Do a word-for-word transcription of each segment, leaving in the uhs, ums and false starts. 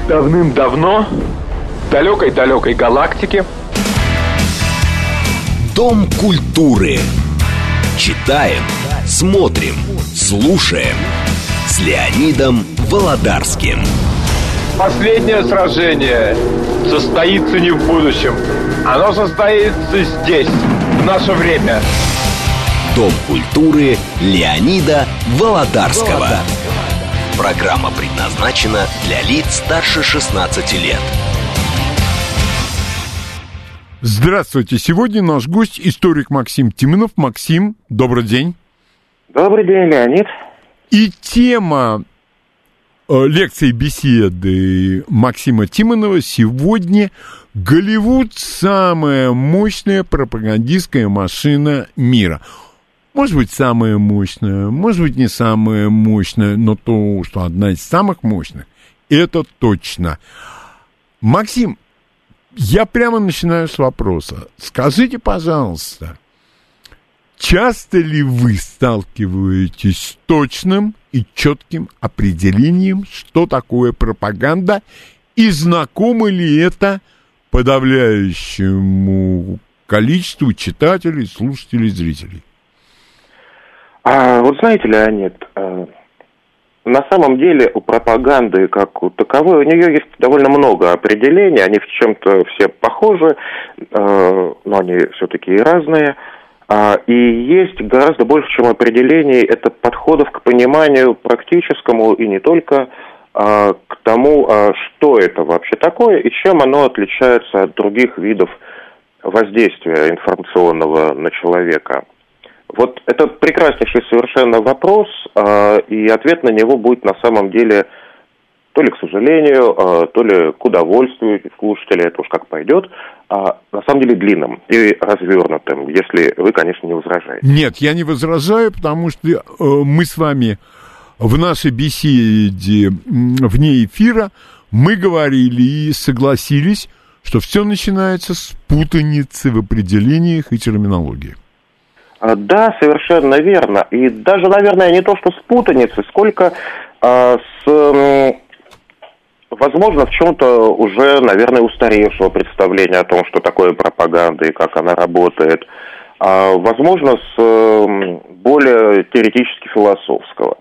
Давным-давно в далекой-далекой галактике Дом культуры. Читаем, смотрим, слушаем с Леонидом Володарским. Последнее сражение состоится не в будущем. Оно состоится здесь, в наше время. Дом культуры Леонида Володарского. Программа предназначена для лиц старше шестнадцати лет. Здравствуйте. Сегодня наш гость историк Максим Тимонов. Максим, добрый день. Добрый день, Леонид. И тема э, лекции беседы Максима Тимонова сегодня: Голливуд — самая мощная пропагандистская машина мира. Может быть, самая мощная, может быть, не самая мощная, но то, что одна из самых мощных, это точно. Максим, я прямо начинаю с вопроса. Скажите, пожалуйста, часто ли вы сталкиваетесь с точным и четким определением, что такое пропаганда, и знакомо ли это подавляющему количеству читателей, слушателей, зрителей? А, вот знаете, Леонид, э, на самом деле у пропаганды как у таковой, у нее есть довольно много определений, они в чем-то все похожи, э, но они все-таки и разные. А, и есть гораздо больше, чем определений, это подходов к пониманию практическому и не только, а, к тому, а, что это вообще такое и чем оно отличается от других видов воздействия информационного на человека. Вот это прекраснейший совершенно вопрос, э, и ответ на него будет на самом деле то ли к сожалению, э, то ли к удовольствию слушателя, это уж как пойдет, э, на самом деле длинным и развернутым, если вы, конечно, не возражаете. Нет, я не возражаю, потому что э, мы с вами в нашей беседе вне эфира мы говорили и согласились, что все начинается с путаницы в определениях и терминологии. Да, совершенно верно. И даже, наверное, не то, что с путаницей, сколько а, с, м, возможно, в чем-то уже, наверное, устаревшего представления о том, что такое пропаганда и как она работает. А, возможно, с м, более теоретически философского.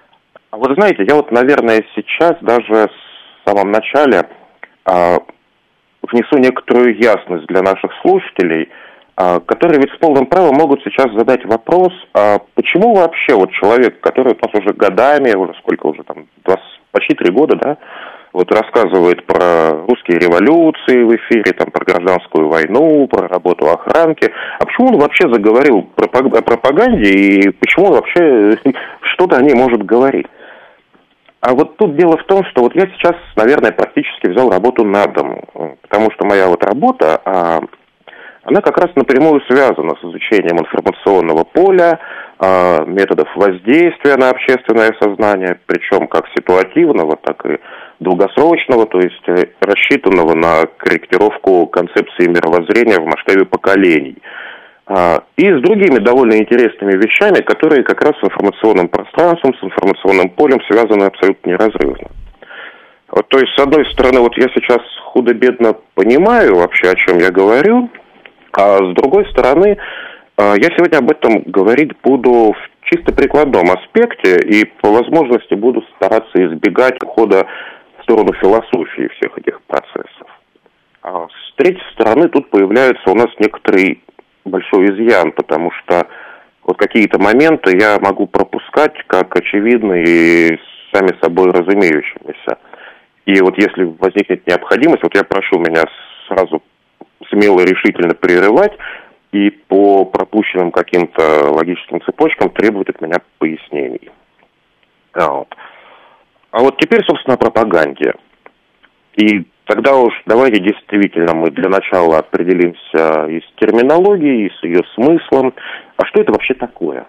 А вот знаете, я вот, наверное, сейчас даже в самом начале а, внесу некоторую ясность для наших слушателей, которые ведь с полным правом могут сейчас задать вопрос, а почему вообще вот человек, который у нас уже годами, уже сколько уже там, двадцать, почти три года, да, вот рассказывает про русские революции в эфире, там, про гражданскую войну, про работу охранки, а почему он вообще заговорил о пропаганде и почему он вообще что-то о ней может говорить? А вот тут дело в том, что вот я сейчас, наверное, практически взял работу на дом, потому что моя вот работа, она как раз напрямую связана с изучением информационного поля, э, методов воздействия на общественное сознание, причем как ситуативного, так и долгосрочного, то есть э, рассчитанного на корректировку концепции мировоззрения в масштабе поколений. Э, и с другими довольно интересными вещами, которые как раз с информационным пространством, с информационным полем связаны абсолютно неразрывно. Вот, то есть, с одной стороны, вот я сейчас худо-бедно понимаю вообще, о чем я говорю, а с другой стороны, я сегодня об этом говорить буду в чисто прикладном аспекте и по возможности буду стараться избегать ухода в сторону философии всех этих процессов. А с третьей стороны, тут появляется у нас некоторый большой изъян, потому что вот какие-то моменты я могу пропускать как очевидные и сами собой разумеющимися. И вот если возникнет необходимость, вот я прошу меня сразу смело и решительно прерывать и по пропущенным каким-то логическим цепочкам требовать от меня пояснений. А вот, а вот теперь, собственно, о пропаганде. И тогда уж давайте действительно мы для начала определимся и с терминологией, и с ее смыслом. А что это вообще такое?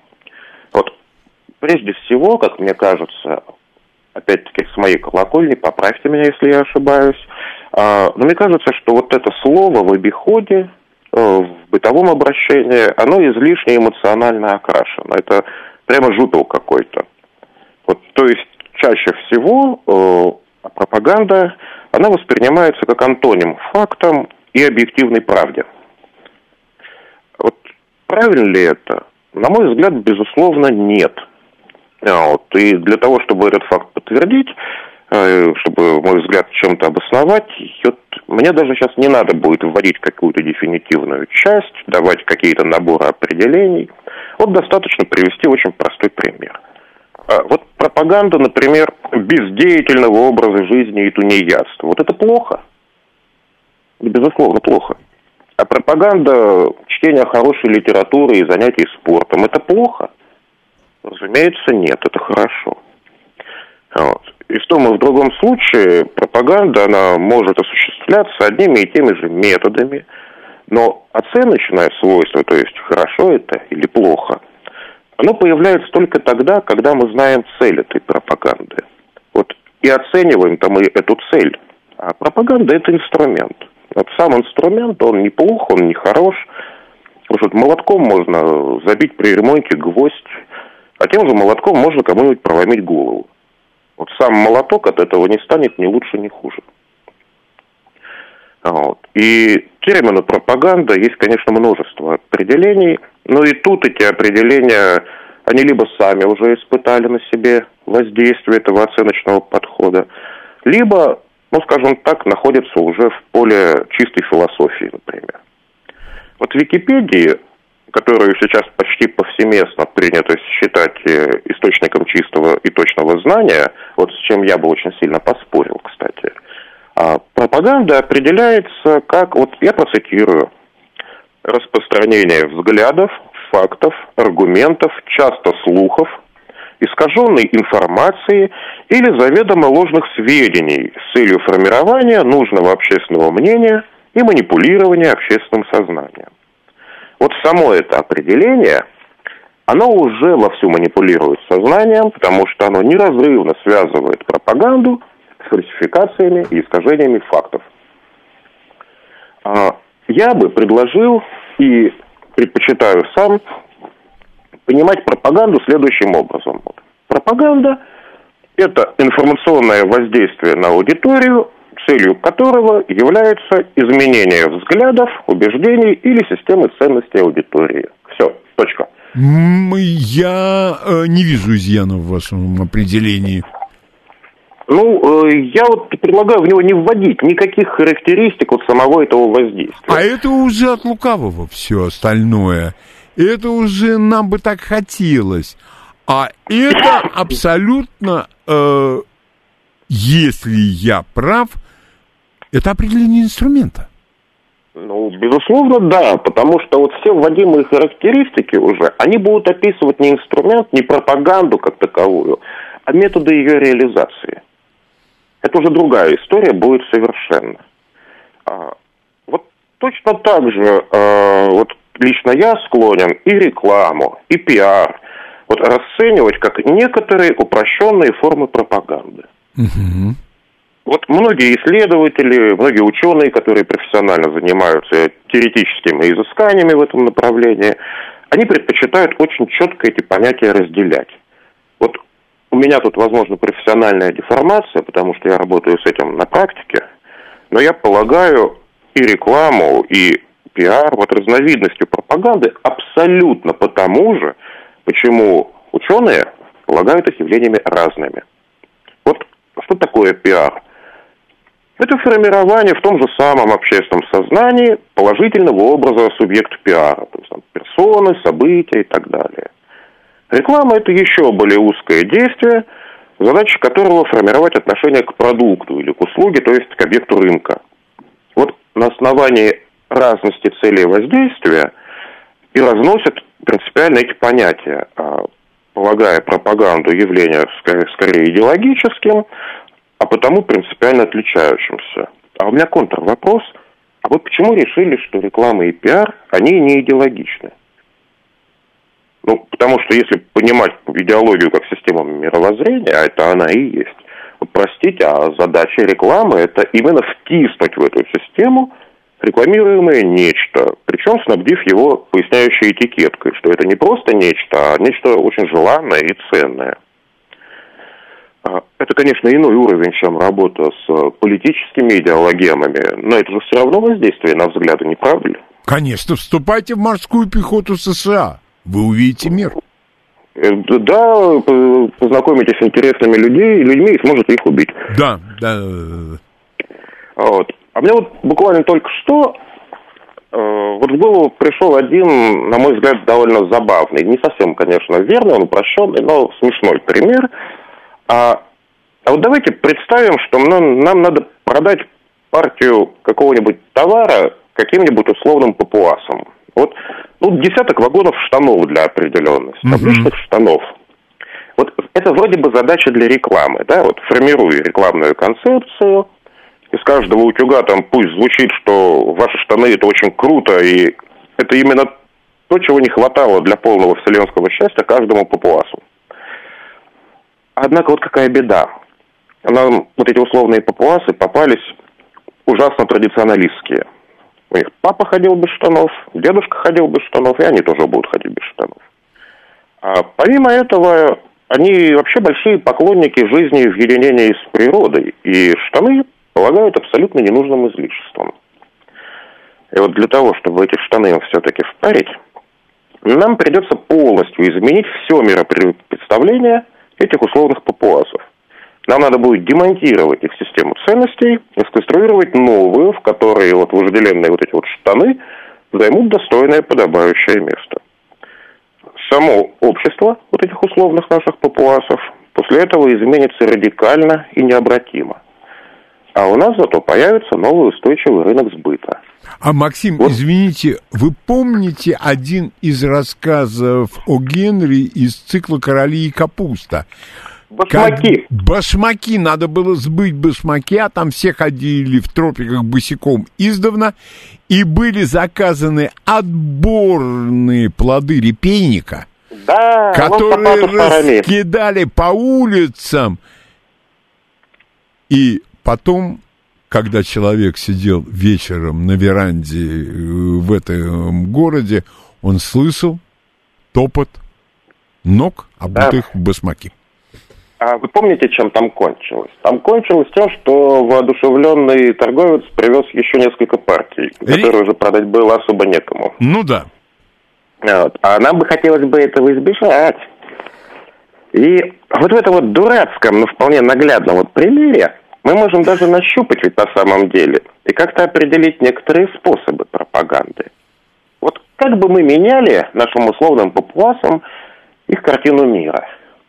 Вот, прежде всего, как мне кажется, опять-таки с моей колокольни, поправьте меня, если я ошибаюсь, но мне кажется, что вот это слово в обиходе, в бытовом обращении, оно излишне эмоционально окрашено. Это прямо жупел какой-то. Вот, то есть чаще всего А пропаганда, она воспринимается как антоним фактам и объективной правде. Вот правильно ли это? На мой взгляд, безусловно, нет. Вот. И для того, чтобы этот факт подтвердить, чтобы мой взгляд чем-то обосновать, вот, мне даже сейчас не надо будет вводить какую-то дефинитивную часть, давать какие-то наборы определений. Вот достаточно привести очень простой пример. Вот пропаганда, например, бездеятельного образа жизни и тунеядства. Вот это плохо. Безусловно, плохо. А пропаганда чтения хорошей литературы и занятий спортом – это плохо? Разумеется, нет, это хорошо. Вот. И в том и в другом случае пропаганда, она может осуществляться одними и теми же методами, но оценочное свойство, то есть хорошо это или плохо, оно появляется только тогда, когда мы знаем цель этой пропаганды. Вот и оцениваем-то мы эту цель. А пропаганда – это инструмент. Вот сам инструмент, он неплох, он не хорош. Вот молотком можно забить при ремонте гвоздь, а тем же молотком можно кому-нибудь проломить голову. Вот сам молоток от этого не станет ни лучше, ни хуже. Вот. И термину пропаганда есть, конечно, множество определений, но и тут эти определения, они либо сами уже испытали на себе воздействие этого оценочного подхода, либо, ну, скажем так, находятся уже в поле чистой философии, например. Вот в Википедии, которую сейчас почти повсеместно принято считать источником чистого и точного знания, вот с чем я бы очень сильно поспорил, кстати, пропаганда определяется как, вот я процитирую, распространение взглядов, фактов, аргументов, часто слухов, искаженной информации или заведомо ложных сведений с целью формирования нужного общественного мнения и манипулирования общественным сознанием. Вот само это определение, оно уже вовсю манипулирует сознанием, потому что оно неразрывно связывает пропаганду с фальсификациями и искажениями фактов. Я бы предложил и предпочитаю сам понимать пропаганду следующим образом. Пропаганда – это информационное воздействие на аудиторию, целью которого является изменение взглядов, убеждений или системы ценностей аудитории. Все, точка. Я э, не вижу изъяна в вашем определении. Ну, э, я вот предлагаю в него не вводить никаких характеристик вот самого этого воздействия. А это уже от лукавого все остальное. Это уже нам бы так хотелось. А это абсолютно, э, если я прав, это определение инструмента. Ну, безусловно, да, потому что вот все вводимые характеристики уже, они будут описывать не инструмент, не пропаганду как таковую, а методы ее реализации. Это уже другая история будет совершенно. А, вот точно так же, а, вот лично я склонен и рекламу, и пиар вот расценивать как некоторые упрощенные формы пропаганды. Угу. Вот многие исследователи, многие ученые, которые профессионально занимаются теоретическими изысканиями в этом направлении, они предпочитают очень четко эти понятия разделять. Вот у меня тут, возможно, профессиональная деформация, потому что я работаю с этим на практике, но я полагаю и рекламу, и пиар вот разновидностью пропаганды абсолютно потому же, почему ученые полагают их явлениями разными. Вот что такое пиар? Это формирование в том же самом общественном сознании положительного образа субъекта пиара, то есть там, персоны, события и так далее. Реклама – это еще более узкое действие, задача которого формировать отношение к продукту или к услуге, то есть к объекту рынка. Вот на основании разности целей воздействия и разносят принципиально эти понятия, полагая пропаганду явления скорее, скорее идеологическим, а потому принципиально отличающимся. А у меня контрвопрос. А вы почему решили, что реклама и пиар, они не идеологичны? Ну, потому что если понимать идеологию как систему мировоззрения, а это она и есть, вот, простите, а задача рекламы – это именно втиснуть в эту систему рекламируемое нечто, причем снабдив его поясняющей этикеткой, что это не просто нечто, а нечто очень желанное и ценное. Это, конечно, иной уровень, чем работа с политическими идеологемами, но это же все равно воздействие на взгляды, не правда ли? Конечно, вступайте в морскую пехоту США, вы увидите мир. Да, познакомитесь с интересными людьми, людьми и сможете их убить. Да, да. Вот. А мне вот буквально только что вот в голову пришел один, на мой взгляд, довольно забавный, не совсем, конечно, верный, он упрощенный, но смешной пример. А, а вот давайте представим, что нам, нам надо продать партию какого-нибудь товара каким-нибудь условным папуасам. Вот ну, десяток вагонов штанов для определенности, mm-hmm. обычных штанов. Вот это вроде бы задача для рекламы, да, вот формируй рекламную концепцию, из каждого утюга там пусть звучит, что ваши штаны это очень круто, и это именно то, чего не хватало для полного вселенского счастья каждому папуасу. Однако вот какая беда. Нам вот эти условные папуасы попались ужасно традиционалистские. У них папа ходил без штанов, дедушка ходил без штанов, и они тоже будут ходить без штанов. А помимо этого, они вообще большие поклонники жизни в единении с природой, и штаны полагают абсолютно ненужным излишеством. И вот для того, чтобы эти штаны все-таки впарить, нам придется полностью изменить все миропредставление этих условных папуасов. Нам надо будет демонтировать их систему ценностей и сконструировать новую, в которой вот вожделенные вот эти вот штаны займут достойное подобающее место. Само общество вот этих условных наших папуасов после этого изменится радикально и необратимо. А у нас зато появится новый устойчивый рынок сбыта. А, Максим, вот. Извините, вы помните один из рассказов о Генри из цикла «Короли и капуста»? Башмаки. Как башмаки, надо было сбыть башмаки, а там все ходили в тропиках босиком издавна, и были заказаны отборные плоды репейника, да, которые раскидали по улицам. И потом, когда человек сидел вечером на веранде в этом городе, он слышал топот ног, обутых в башмаки. А вы помните, чем там кончилось? Там кончилось тем, что воодушевленный торговец привез еще несколько партий, которые уже продать было особо некому. Ну да. Вот. А нам бы хотелось бы этого избежать. И вот в этом вот дурацком, но вполне наглядном вот примере мы можем даже нащупать ведь на самом деле и как-то определить некоторые способы пропаганды. Вот как бы мы меняли нашим условным папуасам их картину мира,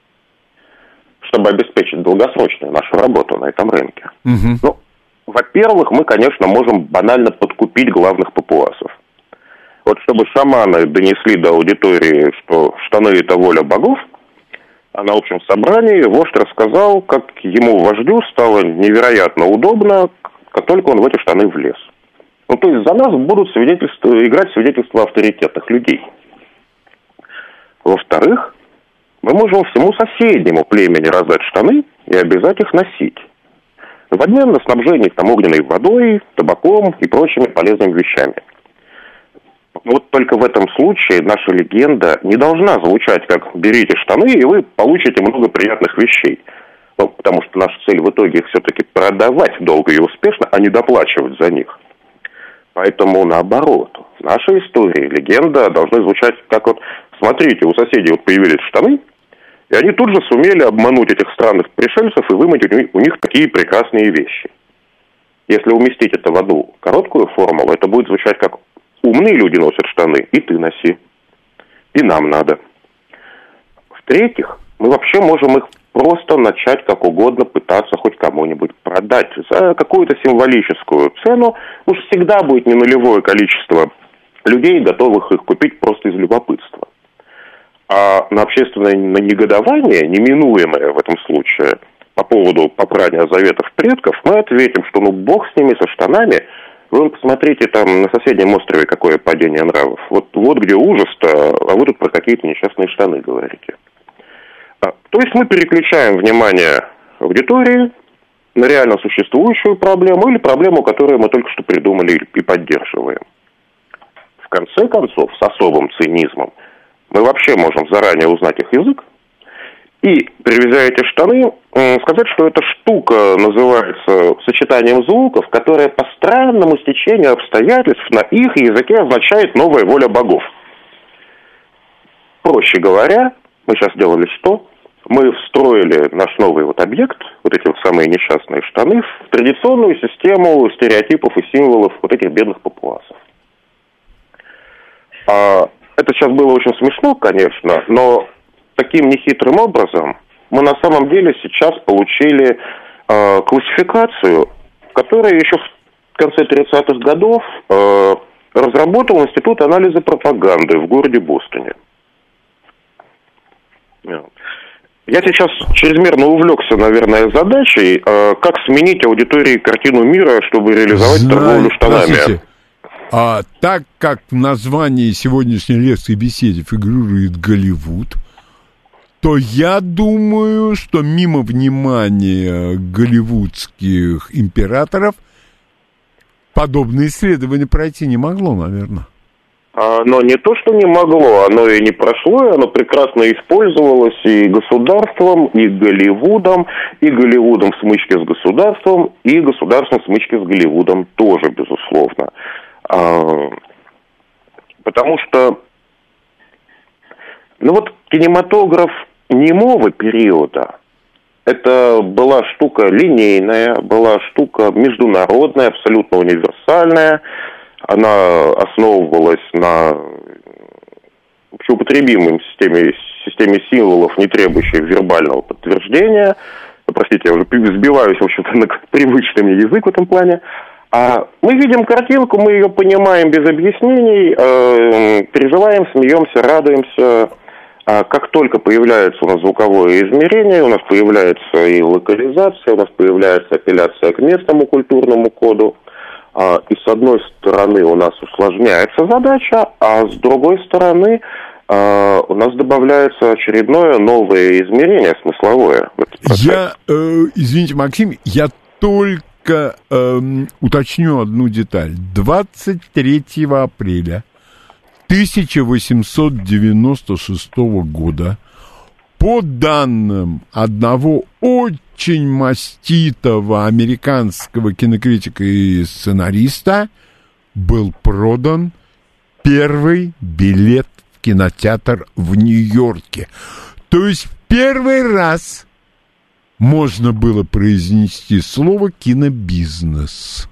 чтобы обеспечить долгосрочную нашу работу на этом рынке. Угу. Ну, во-первых, мы, конечно, можем банально подкупить главных папуасов. Вот чтобы шаманы донесли до аудитории, что штаны – это воля богов, а на общем собрании вождь рассказал, как ему, вождю, стало невероятно удобно, как только он в эти штаны влез. Ну, то есть за нас будут свидетельства, играть свидетельства авторитетных людей. Во-вторых, мы можем всему соседнему племени раздать штаны и обязать их носить. В обмен на снабжение их там огненной водой, табаком и прочими полезными вещами. Вот только в этом случае наша легенда не должна звучать как «берите штаны, и вы получите много приятных вещей». Ну, потому что наша цель в итоге их все-таки продавать долго и успешно, а не доплачивать за них. Поэтому наоборот, в нашей истории легенда должна звучать как вот «смотрите, у соседей вот появились штаны», и они тут же сумели обмануть этих странных пришельцев и вымыть у них такие прекрасные вещи. Если уместить это в одну короткую формулу, это будет звучать как «умные люди носят штаны, и ты носи, и нам надо». В-третьих, мы вообще можем их просто начать как угодно пытаться хоть кому-нибудь продать за какую-то символическую цену. Уж всегда будет не нулевое количество людей, готовых их купить просто из любопытства. А на общественное негодование, неминуемое в этом случае, по поводу попрания заветов предков, мы ответим, что ну бог с ними, со штанами. Вы посмотрите, там на соседнем острове какое падение нравов. Вот, вот где ужас-то, а вы тут про какие-то несчастные штаны говорите. А, то есть мы переключаем внимание аудитории на реально существующую проблему или проблему, которую мы только что придумали и поддерживаем. В конце концов, с особым цинизмом, мы вообще можем заранее узнать их язык И, привезя эти штаны, сказать, что эта штука называется сочетанием звуков, которое по странному стечению обстоятельств на их языке означает «новая воля богов». Проще говоря, мы сейчас сделали что? Мы встроили наш новый вот объект, вот эти вот самые несчастные штаны, в традиционную систему стереотипов и символов вот этих бедных папуасов. А, это сейчас было очень смешно, конечно, но таким нехитрым образом мы на самом деле сейчас получили э, классификацию, которую еще в конце тридцатых годов э, разработал Институт анализа пропаганды в городе Бостоне. Я сейчас чрезмерно увлекся, наверное, задачей, э, как сменить аудитории картину мира, чтобы реализовать Знаю, торговлю штанами. Простите. А, так как в названии сегодняшней лекции беседы фигурирует Голливуд, то я думаю, что мимо внимания голливудских императоров подобное исследование пройти не могло, наверное. Но не то, что не могло, оно и не прошло, и оно прекрасно использовалось и государством, и Голливудом, и Голливудом в смычке с государством, и государством в смычке с Голливудом тоже, безусловно. Потому что, ну вот, кинематограф немого периода, это была штука линейная, была штука международная, абсолютно универсальная. Она основывалась на общеупотребимой системе, системе символов, не требующей вербального подтверждения. Простите, я уже сбиваюсь, в общем-то, на привычный мне язык в этом плане. А мы видим картинку, мы ее понимаем без объяснений, э, переживаем, смеемся, радуемся. А как только появляется у нас звуковое измерение, у нас появляется и локализация, у нас появляется апелляция к местному культурному коду. И с одной стороны у нас усложняется задача, а с другой стороны у нас добавляется очередное новое измерение смысловое. Я, э, извините, Максим, я только э, уточню одну деталь. двадцать третьего апреля тысяча восемьсот девяносто шестого года по данным одного очень маститого американского кинокритика и сценариста был продан первый билет в кинотеатр в Нью-Йорке. То есть первый раз можно было произнести слово «кинобизнес».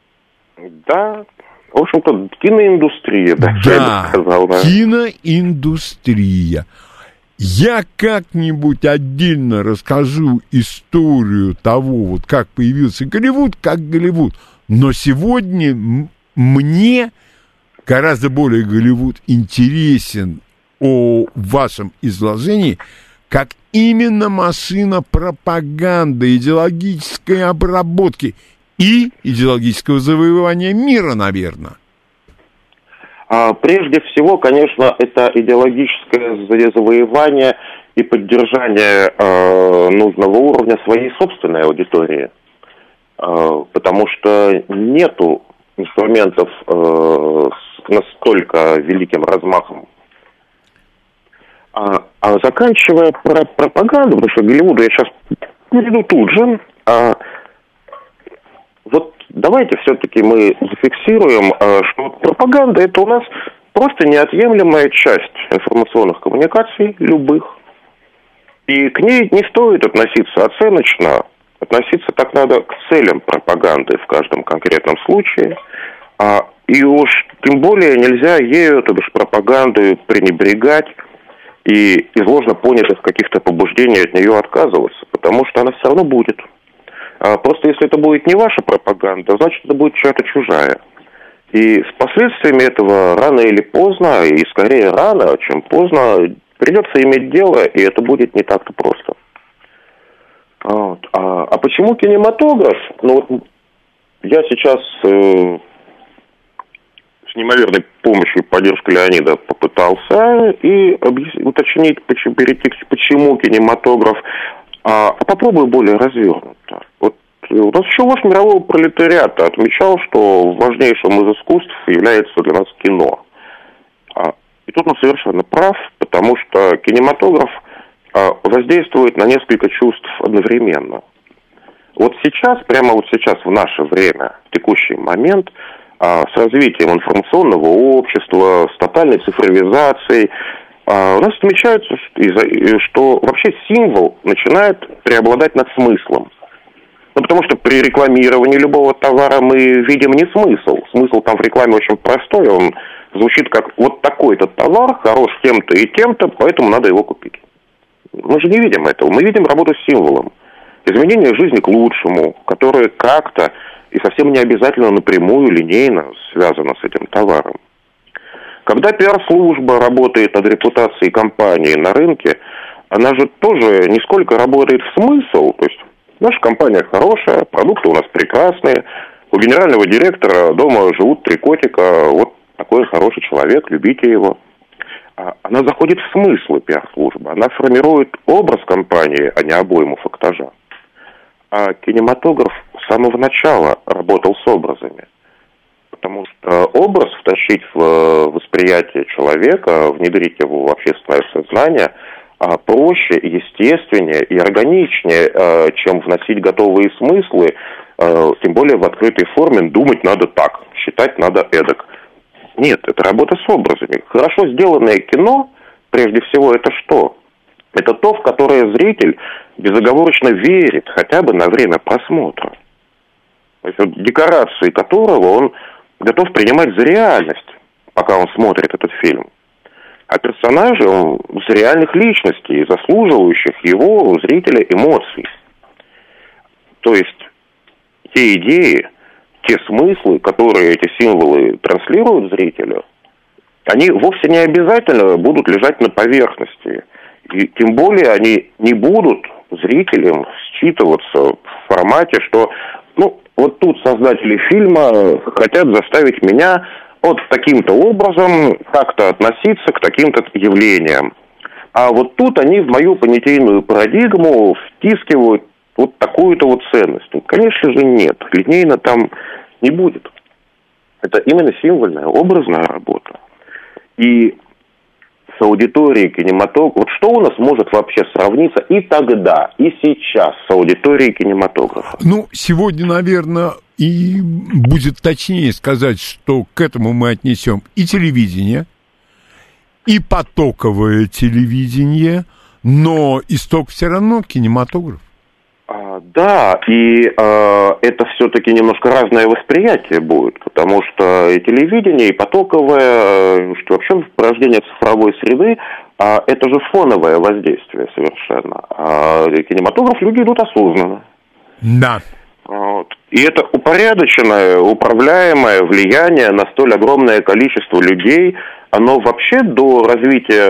Да, в общем-то, киноиндустрия, да, да, я бы сказал. Да, киноиндустрия. Я как-нибудь отдельно расскажу историю того, вот как появился Голливуд, как Голливуд. Но сегодня м- мне гораздо более Голливуд интересен о вашем изложении, как именно машина пропаганды, идеологической обработки и идеологического завоевания мира, наверное. Прежде всего, конечно, это идеологическое завоевание и поддержание э, нужного уровня своей собственной аудитории. Э, потому что нету инструментов э, с настолько великим размахом. А, а заканчивая про пропаганду, потому что Голливуду я сейчас перейду тут же, а, вот давайте все-таки мы зафиксируем, что пропаганда – это у нас просто неотъемлемая часть информационных коммуникаций любых. И к ней не стоит относиться оценочно, относиться так надо к целям пропаганды в каждом конкретном случае. И уж тем более нельзя ею, то бишь пропагандой, пренебрегать и из ложно понятых каких-то побуждений от нее отказываться, потому что она все равно будет. Просто если это будет не ваша пропаганда, значит, это будет чья-то чужая. И с последствиями этого рано или поздно, и скорее рано, чем поздно, придется иметь дело, и это будет не так-то просто. Вот. А, а почему кинематограф? Ну, вот я сейчас э, с неимоверной помощью и поддержкой Леонида попытался и объяснить, уточнить, почему, перейти к почему кинематограф. А попробую более развернуто. Вот у нас еще вождь мирового пролетариата отмечал, что важнейшим из искусств является для нас кино. А, и тут он совершенно прав, потому что кинематограф воздействует на несколько чувств одновременно. Вот сейчас, прямо вот сейчас, в наше время, в текущий момент, с развитием информационного общества, с тотальной цифровизацией, у нас отмечается, что вообще символ начинает преобладать над смыслом. Ну, потому что при рекламировании любого товара мы видим не смысл. Смысл там в рекламе очень простой, он звучит как вот такой-то товар, хорош тем-то и тем-то, поэтому надо его купить. Мы же не видим этого, мы видим работу с символом. Изменение жизни к лучшему, которое как-то и совсем не обязательно напрямую, линейно связано с этим товаром. Когда пиар-служба работает над репутацией компании на рынке, она же тоже не сколько работает в смысл, то есть наша компания хорошая, продукты у нас прекрасные, у генерального директора дома живут три котика, вот такой хороший человек, любите его. Она заходит в смыслы пиар-службы, она формирует образ компании, а не обойму фактажа. А кинематограф с самого начала работал с образами. Потому что образ втащить в восприятие человека, внедрить его в общественное сознание проще, естественнее и органичнее, чем вносить готовые смыслы, тем более в открытой форме. Думать надо так, считать надо эдак. Нет, это работа с образами. Хорошо сделанное кино, прежде всего, это что? Это то, в которое зритель безоговорочно верит, хотя бы на время просмотра. То есть вот декорации которого он готов принимать за реальность, пока он смотрит этот фильм. А персонажи он с реальных личностей, заслуживающих его, у зрителя, эмоций. То есть те идеи, те смыслы, которые эти символы транслируют зрителю, они вовсе не обязательно будут лежать на поверхности. И тем более они не будут зрителям считываться в формате, что, ну, вот тут создатели фильма хотят заставить меня вот таким-то образом как-то относиться к таким-то явлениям. А вот тут они в мою понятийную парадигму втискивают вот такую-то вот ценность. Ну, конечно же, нет. Линейно там не будет. Это именно символьная, образная работа. И с аудиторией кинематографа... Вот что у нас может вообще сравниться и тогда, и сейчас с аудиторией кинематографа? Ну, сегодня, наверное, и будет точнее сказать, что к этому мы отнесем и телевидение, и потоковое телевидение, но исток все равно кинематограф. А, да, и а, это все-таки немножко разное восприятие будет, потому что и телевидение, и потоковое, что вообще порождение цифровой среды, а, это же фоновое воздействие совершенно. А кинематограф люди идут осознанно. Да. Вот. И это упорядоченное, управляемое влияние на столь огромное количество людей, оно вообще до развития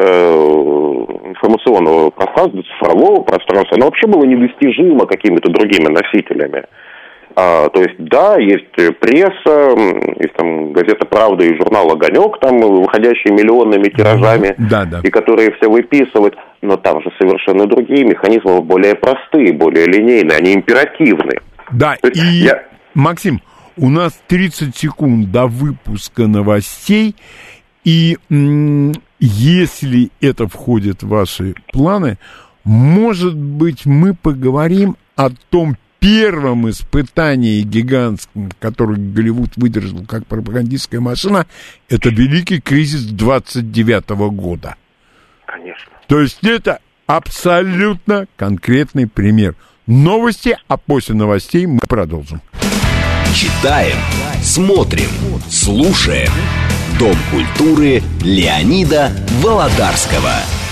информационного пространства, цифрового пространства, оно вообще было недостижимо какими-то другими носителями. А, то есть, да, есть пресса, есть там газета «Правда» и журнал «Огонек», там, выходящие миллионными тиражами, да, да. и которые все выписывают, но там же совершенно другие механизмы, более простые, более линейные, они императивны. Да, и, я... Максим, у нас тридцать секунд до выпуска новостей, и м- если это входит в ваши планы, может быть, мы поговорим о том первом испытании гигантском, который Голливуд выдержал как пропагандистская машина, это великий кризис двадцать девятого года. Конечно. То есть это абсолютно конкретный пример. Новости, а после новостей мы продолжим. Читаем, смотрим, слушаем. Дом культуры Леонида Володарского.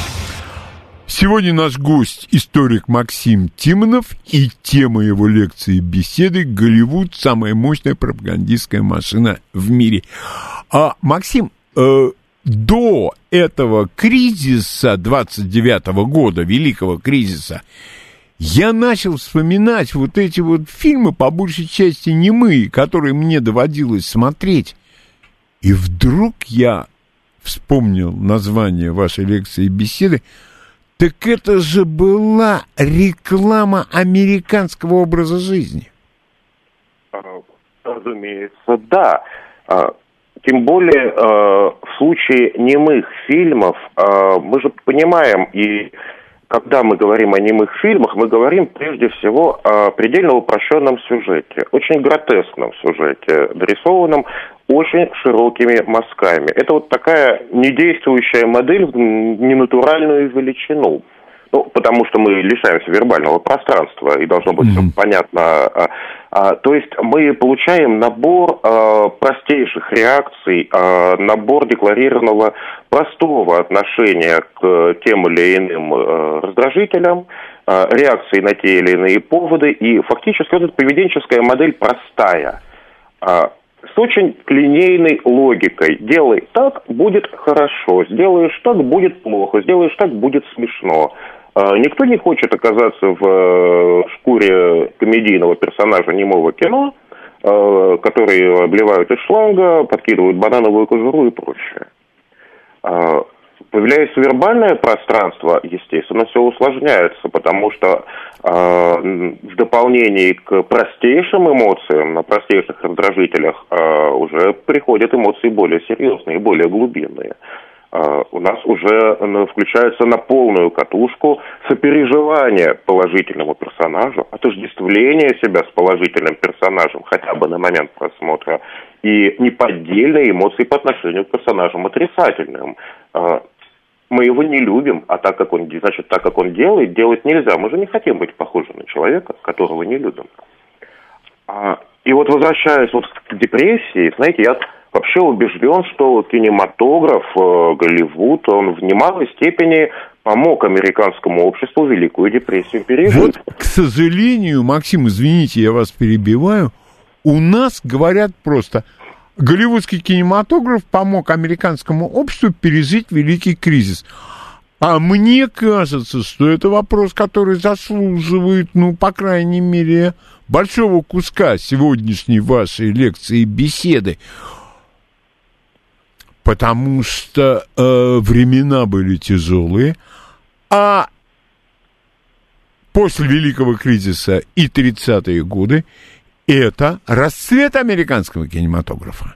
Сегодня наш гость – историк Максим Тимонов, и тема его лекции беседы «Голливуд – самая мощная пропагандистская машина в мире». А, Максим, э, до этого кризиса двадцать девятого года, великого кризиса, я начал вспоминать вот эти вот фильмы, по большей части немые, которые мне доводилось смотреть. И вдруг я вспомнил название вашей лекции и беседы. Так это же была реклама американского образа жизни. Разумеется, да. Тем более в случае немых фильмов мы же понимаем, и когда мы говорим о немых фильмах, мы говорим прежде всего о предельно упрощенном сюжете, очень гротескном сюжете, дорисованном очень широкими мазками. Это вот такая недействующая модель в ненатуральную величину. Ну, потому что мы лишаемся вербального пространства, и должно быть mm-hmm. все понятно. А, а, то есть мы получаем набор а, простейших реакций, а, набор декларированного простого отношения к тем или иным а, раздражителям, а, реакции на те или иные поводы, и фактически вот эта поведенческая модель простая, а, с очень линейной логикой. Делай так, будет хорошо, сделаешь так, будет плохо, сделаешь так, будет смешно. Никто не хочет оказаться в шкуре комедийного персонажа немого кино, который обливают из шланга, подкидывают банановую кожуру и прочее. Появляется вербальное пространство, естественно, все усложняется, потому что в дополнении к простейшим эмоциям, на простейших раздражителях, уже приходят эмоции более серьезные, более глубинные. Uh, у нас уже uh, включается на полную катушку сопереживание положительному персонажу, отождествление себя с положительным персонажем хотя бы на момент просмотра, и неподдельные эмоции по отношению к персонажам отрицательным. Uh, мы его не любим, а так как он, значит, так как он делает, делать нельзя. Мы же не хотим быть похожи на человека, которого не любим. Uh, и вот возвращаясь вот к депрессии, знаете, я вообще убежден, что кинематограф, э, Голливуд, он в немалой степени помог американскому обществу Великую депрессию пережить. Вот, к сожалению, Максим, извините, я вас перебиваю, у нас говорят просто, голливудский кинематограф помог американскому обществу пережить великий кризис. А мне кажется, что это вопрос, который заслуживает, ну, по крайней мере, большого куска сегодняшней вашей лекции, беседы. Потому что э, времена были тяжелые, а после Великого кризиса и тридцатые годы это расцвет американского кинематографа.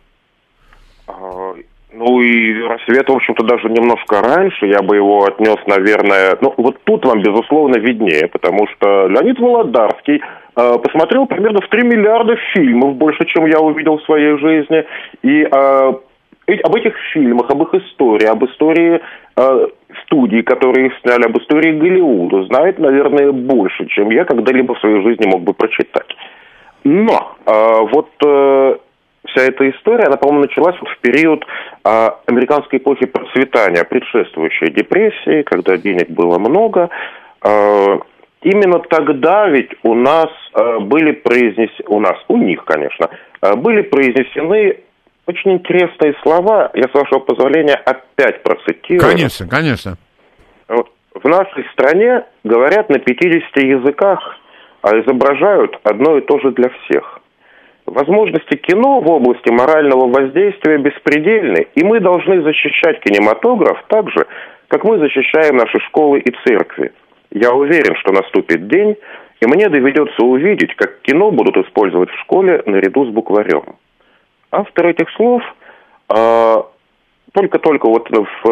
Ну и рассвет, в общем-то, даже немножко раньше, я бы его отнес, наверное, ну вот тут вам, безусловно, виднее, потому что Леонид Володарский э, посмотрел примерно в три миллиарда фильмов, больше, чем я увидел в своей жизни, и э, об этих фильмах, об их истории, об истории э, студий, которые их сняли, об истории Голливуда знает, наверное, больше, чем я когда-либо в своей жизни мог бы прочитать. Но э, вот... Э, Вся эта история, она, по-моему, началась вот в период а, американской эпохи процветания, предшествующей депрессии, когда денег было много. А, именно тогда ведь у нас а, были произнесены, у нас, у них, конечно, а, были произнесены очень интересные слова. Я, с вашего позволения, опять процитирую. Конечно, конечно. Вот. В нашей стране говорят на пятидесяти языках, а изображают одно и то же для всех. Возможности кино в области морального воздействия беспредельны, и мы должны защищать кинематограф так же, как мы защищаем наши школы и церкви. Я уверен, что наступит день, и мне доведется увидеть, как кино будут использовать в школе наряду с букварем. Автор этих слов э, только-только вот в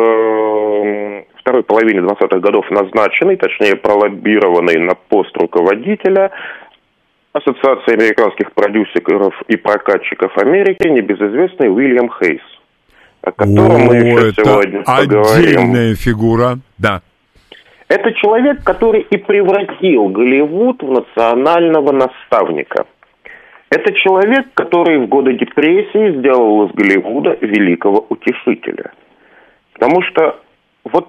э, второй половине двадцатых годов назначенный, точнее пролоббированный на пост руководителя Ассоциации американских продюсеров и прокатчиков Америки, небезызвестный Уильям Хейс, о котором О, мы еще сегодня поговорим. Отдельная фигура, да. Это человек, который и превратил Голливуд в национального наставника. Это человек, который в годы депрессии сделал из Голливуда великого утешителя. Потому что, вот,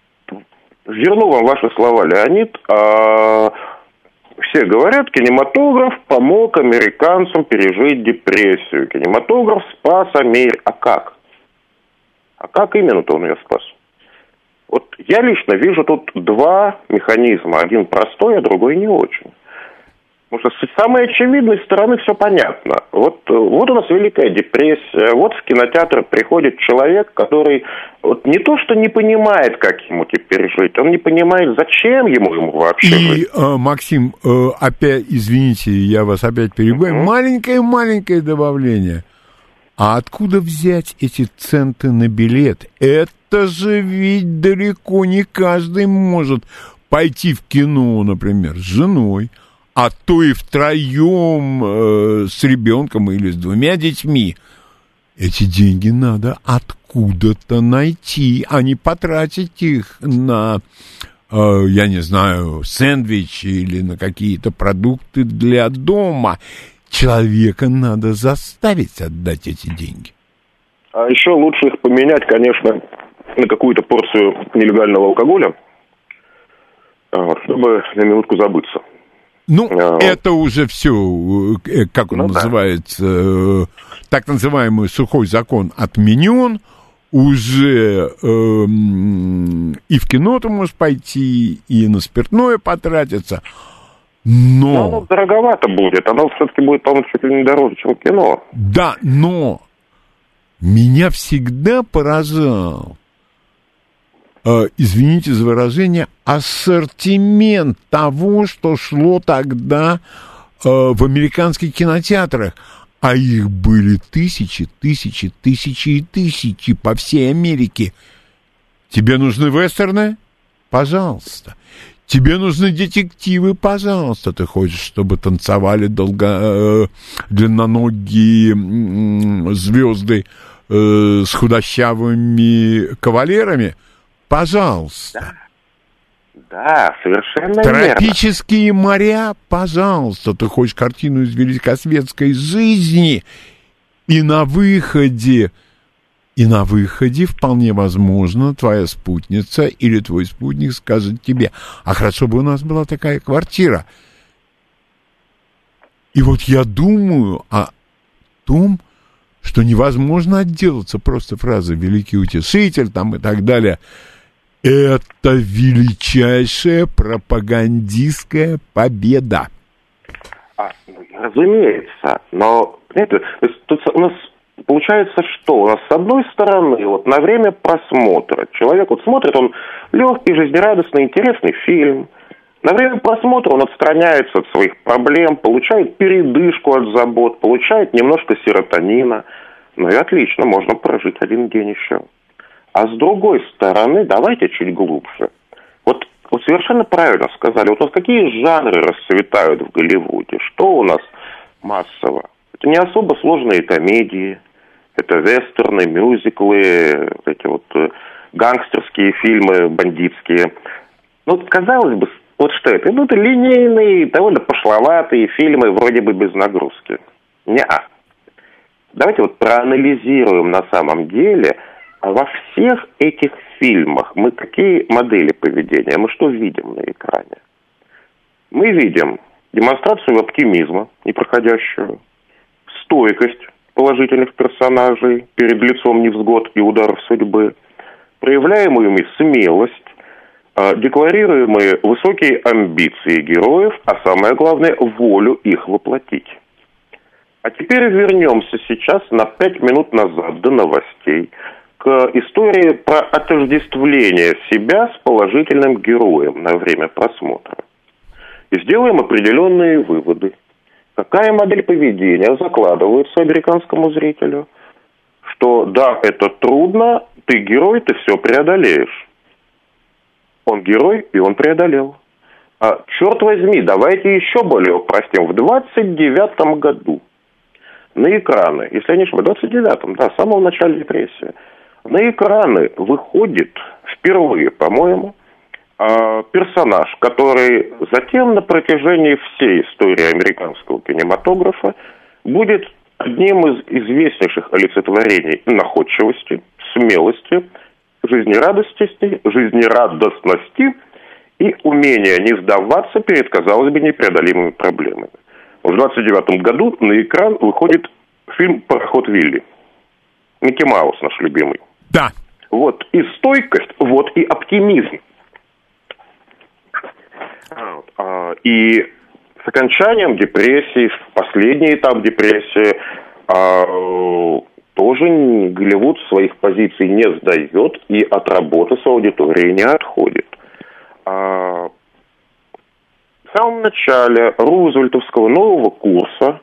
верну вам ваши слова, Леонид, а... Все говорят, кинематограф помог американцам пережить депрессию. Кинематограф спас Америку. А как? А как именно-то он ее спас? Вот я лично вижу тут два механизма. Один простой, а другой не очень. Потому что с самой очевидной стороны все понятно. Вот, вот у нас Великая депрессия, вот в кинотеатр приходит человек, который вот не то что не понимает, как ему теперь жить, он не понимает, зачем ему, ему вообще И, жить. э, Максим, э, опять, извините, я вас опять перебиваю, uh-huh. маленькое-маленькое добавление. А откуда взять эти центы на билет? Это же ведь далеко не каждый может пойти в кино, например, с женой, а то и втроем э, с ребенком или с двумя детьми, эти деньги надо откуда-то найти, а не потратить их на, э, я не знаю, сэндвичи или на какие-то продукты для дома. Человека надо заставить отдать эти деньги. А еще лучше их поменять, конечно, на какую-то порцию нелегального алкоголя, чтобы на минутку забыться. Ну, а, это уже все, как он ну, называется, да. так называемый сухой закон отменен, уже э, и в кино ты можешь пойти, и на спиртное потратиться, но... но оно дороговато будет, оно все-таки будет, по-моему, чуть ли не дороже, чем кино. Да, но меня всегда поражал, э, извините за выражение, ассортимент того, что шло тогда э, в американских кинотеатрах. А их были тысячи, тысячи, тысячи и тысячи по всей Америке. Тебе нужны вестерны? Пожалуйста. Тебе нужны детективы? Пожалуйста. Ты хочешь, чтобы танцевали долго, э, длинноногие э, звезды э, с худощавыми кавалерами? Пожалуйста. Да, совершенно Тропические верно. моря, пожалуйста. Ты хочешь картину из великосветской жизни, и на выходе, и на выходе вполне возможно твоя спутница или твой спутник скажет тебе: а хорошо бы у нас была такая квартира. И вот я думаю о том, что невозможно отделаться просто фразой «великий утешитель» там и так далее. Это величайшая пропагандистская победа. А, разумеется, но понимаете, то есть тут у нас получается что? У нас с одной стороны, вот на время просмотра человек вот смотрит, он легкий, жизнерадостный, интересный фильм. На время просмотра он отстраняется от своих проблем, получает передышку от забот, получает немножко серотонина. Ну и отлично, можно прожить один день еще. А с другой стороны, давайте чуть глубже. Вот, вот совершенно правильно сказали. Вот у нас какие жанры расцветают в Голливуде? Что у нас массово? Это не особо сложные комедии. Это вестерны, мюзиклы, вот эти вот гангстерские фильмы, бандитские. Ну, казалось бы, вот что это? Ну, это линейные, довольно пошловатые фильмы, вроде бы без нагрузки. Не-а. Давайте вот проанализируем на самом деле... А во всех этих фильмах мы какие модели поведения, мы что видим на экране? Мы видим демонстрацию оптимизма, непроходящую, стойкость положительных персонажей перед лицом невзгод и ударов судьбы, проявляемую ими смелость, декларируемые высокие амбиции героев, а самое главное, волю их воплотить. А теперь вернемся сейчас на пять минут назад до новостей, к истории про отождествление себя с положительным героем на время просмотра. И сделаем определенные выводы. Какая модель поведения закладывается американскому зрителю? Что да, это трудно, ты герой, ты все преодолеешь. Он герой, и он преодолел. А, черт возьми, давайте еще более упростим. В двадцать девятом году на экраны, если я не ошибаюсь, в двадцать девятом, да, с самого начала депрессии, на экраны выходит впервые, по-моему, персонаж, который затем на протяжении всей истории американского кинематографа будет одним из известнейших олицетворений находчивости, смелости, жизнерадостности, жизнерадостности и умения не сдаваться перед, казалось бы, непреодолимыми проблемами. В двадцать девятом году на экран выходит фильм «Пароход Вилли». Микки Маус, наш любимый. Да. Вот и стойкость, вот и оптимизм. И с окончанием депрессии, последний этап депрессии, тоже Голливуд своих позиций не сдает и от работы с аудиторией не отходит. В самом начале рузвельтовского нового курса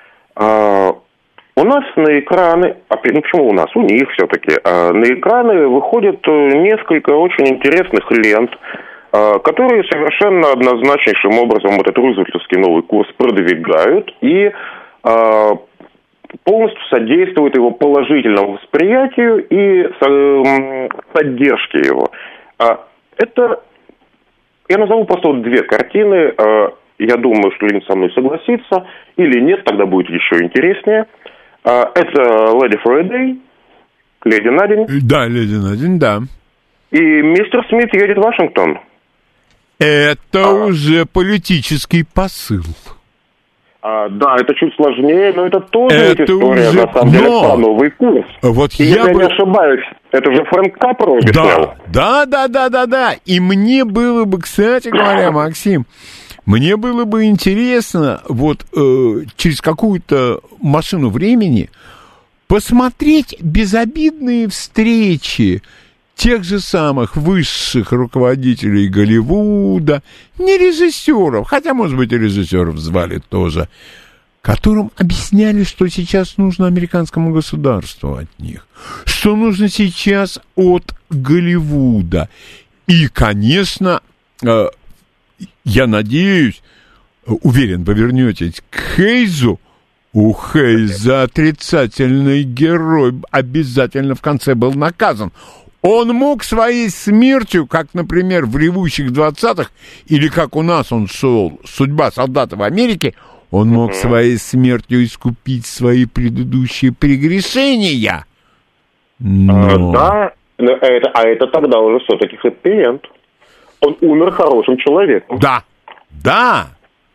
у нас на экраны, ну почему у нас, у них все-таки, на экраны выходит несколько очень интересных лент которые совершенно однозначнейшим образом этот рузвельтовский новый курс продвигают и полностью содействуют его положительному восприятию и поддержке его. Это, я назову просто вот две картины, я думаю, что Лин со мной согласится, или нет, тогда будет еще интереснее. Это «Lady for a Day», «Леди на день». Да, «Леди на день», да. И «Мистер Смит едет в Вашингтон». Это а... уже политический посыл. А, да, это чуть сложнее, но это тоже это история, уже... на самом деле, но... про новый курс. Вот и я если бы... я не ошибаюсь, это же Фрэнк Капра объяснял. Да, да, да, да, да. И мне было бы, кстати говоря, Максим, мне было бы интересно вот э, через какую-то машину времени посмотреть безобидные встречи тех же самых высших руководителей Голливуда, не режиссеров, хотя, может быть, и режиссеров звали тоже, которым объясняли, что сейчас нужно американскому государству от них, что нужно сейчас от Голливуда. И, конечно, э, я надеюсь, уверен, вы вернетесь к Хейзу. У Хейза отрицательный герой обязательно в конце был наказан. Он мог своей смертью, как, например, в «Ревущих двадцатых», или как у нас он шел «Судьба солдата в Америке», он мог своей смертью искупить свои предыдущие прегрешения. Но... А, да, это, а это тогда уже все-таки хэппи-энд. Он умер хорошим человеком. Да, да.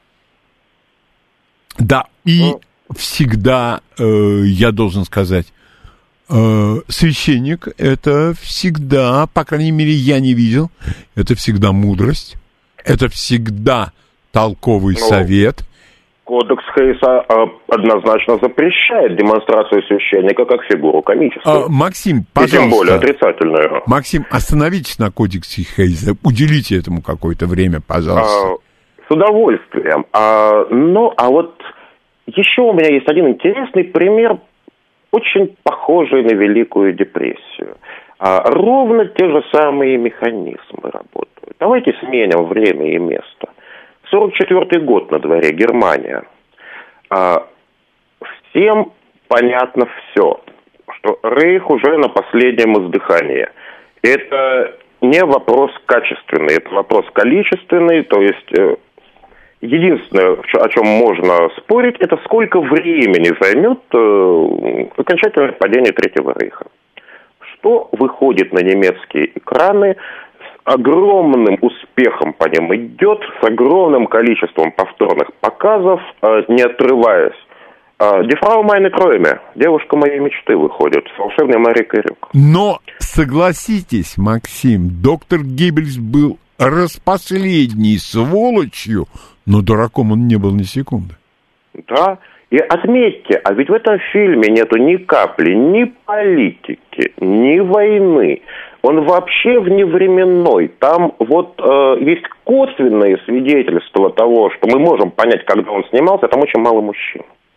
Да, и ну. всегда, э, я должен сказать, э, священник — это всегда, по крайней мере, я не видел, это всегда мудрость, это всегда толковый ну, совет. Кодекс Хейса однозначно запрещает демонстрацию священника как фигуру комическую. А, Максим, пожалуйста. И тем более отрицательную. Максим, остановитесь на кодексе Хейса, уделите этому какое-то время, пожалуйста. А, с удовольствием. А, ну, а вот еще у меня есть один интересный пример, очень похожий на Великую депрессию. А, ровно те же самые механизмы работают. Давайте сменим время и место. сорок четвёртый год на дворе, Германия. А, всем понятно все, что Рейх уже на последнем издыхании. Это не вопрос качественный, это вопрос количественный, то есть э, единственное, о чем можно спорить, это сколько времени займет э, окончательное падение Третьего Рейха. Что выходит на немецкие экраны, огромным успехом по ним идет, с огромным количеством повторных показов, не отрываясь. «Die Frau meiner Träume», «Девушка моей мечты» выходит, «Волшебный Мария Крюк». Но, согласитесь, Максим, доктор Геббельс был распоследней сволочью, но дураком он не был ни секунды. Да, и отметьте, а ведь в этом фильме нету ни капли ни политики, ни войны. Он вообще вневременной. Там вот э, есть косвенные свидетельства того, что мы можем понять, когда он снимался, там очень мало мужчин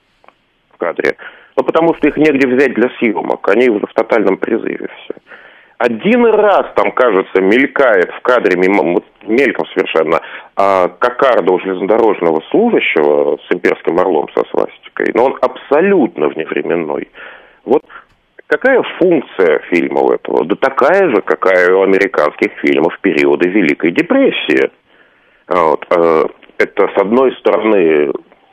в кадре. Ну, потому что их негде взять для съемок. Они уже в тотальном призыве все. Один раз там, кажется, мелькает в кадре, мимо, вот, мельком совершенно, а, кокарда у железнодорожного служащего с имперским орлом со свастикой. Но он абсолютно вневременной. Вот какая функция фильма у этого? Да такая же, какая у американских фильмов периода Великой депрессии. Вот. Это, с одной стороны,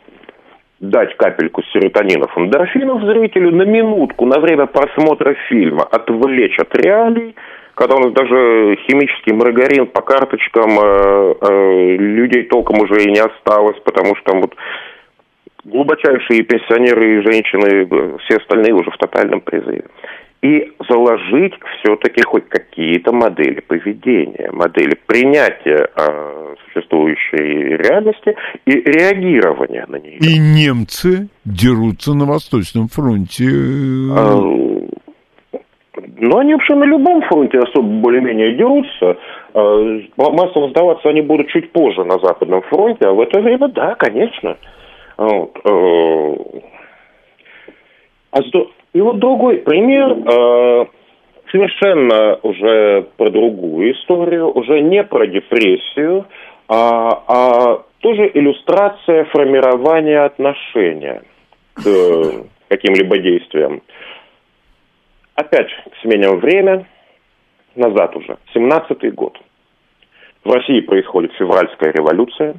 дать капельку серотонинов, эндорфинов зрителю на минутку, на время просмотра фильма, отвлечь от реалий, когда у нас даже химический маргарин по карточкам э, э, людей толком уже и не осталось, потому что там вот глубочайшие пенсионеры и женщины, все остальные уже в тотальном призыве. И заложить все-таки хоть какие-то модели поведения, модели принятия э, существующей реальности и реагирования на нее. И немцы дерутся на Восточном фронте. А, ну, они вообще на любом фронте особо более-менее дерутся. А, массово сдаваться они будут чуть позже на Западном фронте, а в это время, да, конечно. Вот. А, и вот другой пример. совершенно уже про другую историю, уже не про депрессию, а, а тоже иллюстрация формирования отношения к каким-либо действиям. Опять сменим время, назад уже, семнадцатый год. В России происходит февральская революция.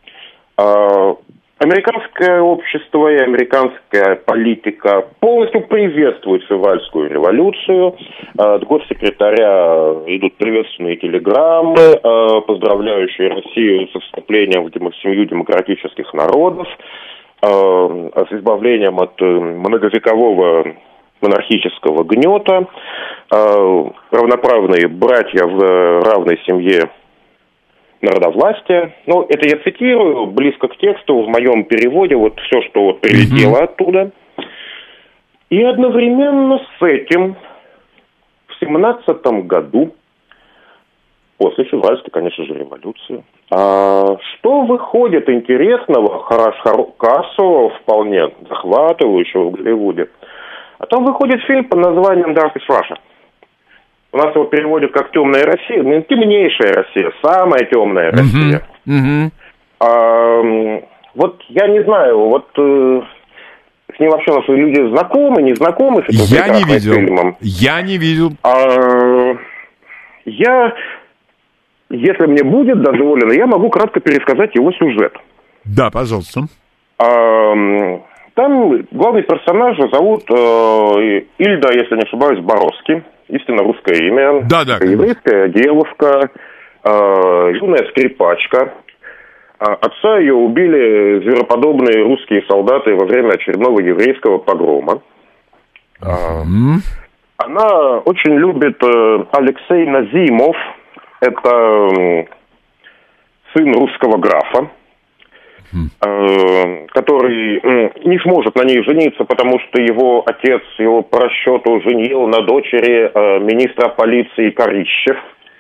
Американское общество и американская политика полностью приветствуют февральскую революцию. От госсекретаря идут приветственные телеграммы, поздравляющие Россию со вступлением в семью демократических народов, с избавлением от многовекового монархического гнета, равноправные братья в равной семье народовластия. Ну, это я цитирую, близко к тексту, в моем переводе, вот все, что вот прилетело mm-hmm. оттуда. И одновременно с этим в семнадцатом году, после февральской, конечно же, революции, а, что выходит интересного, хорошо, кассового, вполне захватывающего в Голливуде? А там выходит фильм под названием «Darkest Russia». У нас его переводят как «Темная Россия», ну, темнейшая Россия, самая темная Россия. Uh-huh. Uh-huh. А, вот я не знаю, вот э, с ним вообще наши люди знакомы, не знакомы с этим я не видел. фильмом. Я не видел. А, я, если мне будет дозволено, я могу кратко пересказать его сюжет. Да, пожалуйста. А, там главный персонаж зовут э, Ильда, если не ошибаюсь, Боровский. Истинно русское имя. Да, да. Еврейская девушка, э, юная скрипачка. А отца ее убили звероподобные русские солдаты во время очередного еврейского погрома. Uh-huh. Она очень любит э, Алексей Назимов. Это э, сын русского графа. Uh-huh. Который не сможет на ней жениться, потому что его отец его по расчету женил на дочери э, министра полиции Корищев.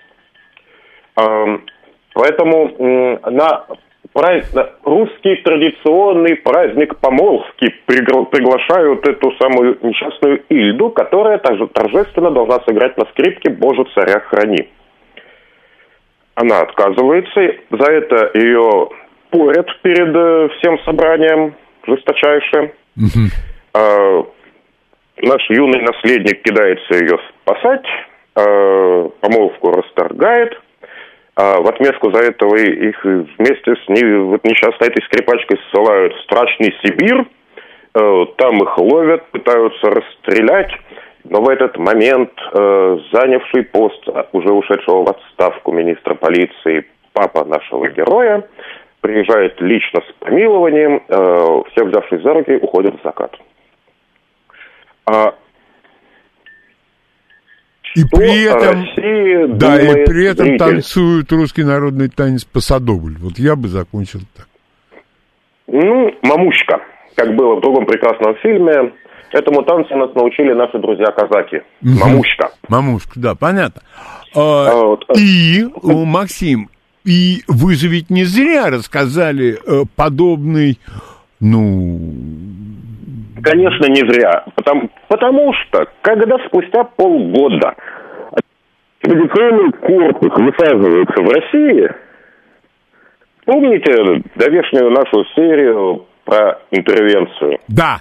Э, поэтому э, на, праз... на русский традиционный праздник помолвки пригла... приглашают эту самую несчастную Ильду, которая также торжественно должна сыграть на скрипке «Боже, царя храни». Она отказывается, за это ее порят перед э, всем собранием жесточайше. Uh-huh. А, наш юный наследник кидается ее спасать, а, помолвку расторгает, а в отместку за этого их вместе с ней, вот несчастной этой скрипачкой ссылают в страшный Сибирь, а, там их ловят, пытаются расстрелять, но в этот момент а, занявший пост уже ушедшего в отставку министра полиции папа нашего героя приезжает лично с помилованием, э, все, взявшись за руки, уходят в закат. А и при этом, России да, и при этом зритель? танцуют русский народный танец «Пасадобль». Вот я бы закончил так. Ну, «Мамушка», как было в другом прекрасном фильме, этому танцу нас научили наши друзья-казаки. Угу. «Мамушка». «Мамушка», да, понятно. А, а, вот. И, Максим, и вы же ведь не зря рассказали э, подобный, ну... Конечно, не зря. Потому, потому что, когда спустя полгода экспедиционный корпус высаживается в России, помните давешнюю нашу серию про интервенцию? Да.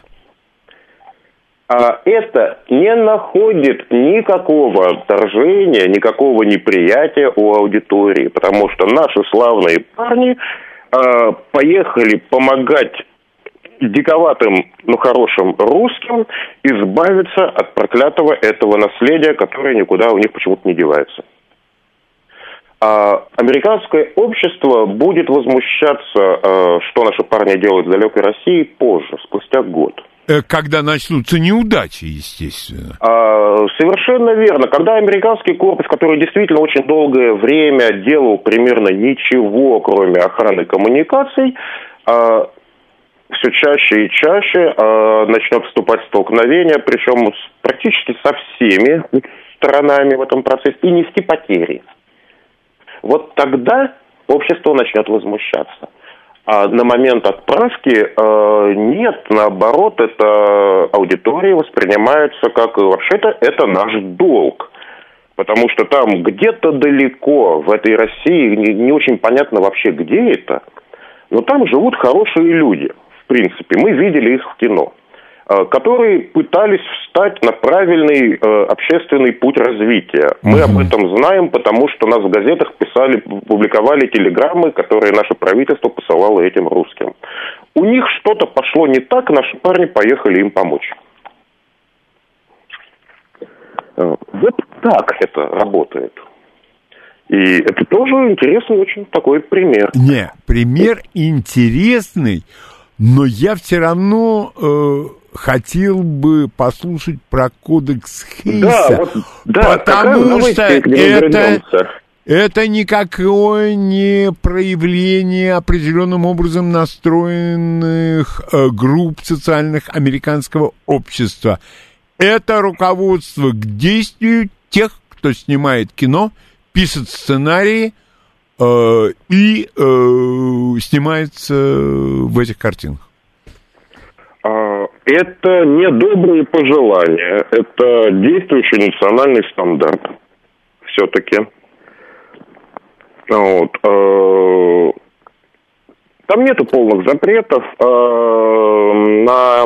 А это не находит никакого отторжения, никакого неприятия у аудитории, потому что наши славные парни э, поехали помогать диковатым, но хорошим русским избавиться от проклятого этого наследия, которое никуда у них почему-то не девается. А американское общество будет возмущаться, э, что наши парни делают в далекой России, позже, спустя год. Когда начнутся неудачи, естественно. А, совершенно верно. Когда американский корпус, который действительно очень долгое время делал примерно ничего, кроме охраны коммуникаций, а, все чаще и чаще а, начнет вступать в столкновения, причем с, практически со всеми сторонами в этом процессе, и нести потери. Вот тогда общество начнет возмущаться. А на момент отправки э, нет, наоборот, это аудитория воспринимается как, вообще-то, это наш долг. Потому что там где-то далеко, в этой России, не, не очень понятно вообще, где это, но там живут хорошие люди, в принципе. Мы видели их в кино, которые пытались встать на правильный э, общественный путь развития. Мы mm-hmm. об этом знаем, потому что нас в газетах писали, публиковали телеграммы, которые наше правительство посылало этим русским. У них что-то пошло не так, наши парни поехали им помочь. Вот так это работает. И это тоже интересный очень такой пример. Не, пример интересный, но я все равно э, хотел бы послушать про кодекс Хейса. Да, вот, да, потому что это, это никакое не проявление определенным образом настроенных э, групп социальных американского общества. Это руководство к действию тех, кто снимает кино, пишет сценарии э, и э, снимается в этих картинах. Это не добрые пожелания, это действующий национальный стандарт. Все-таки. Вот. Там нету полных запретов на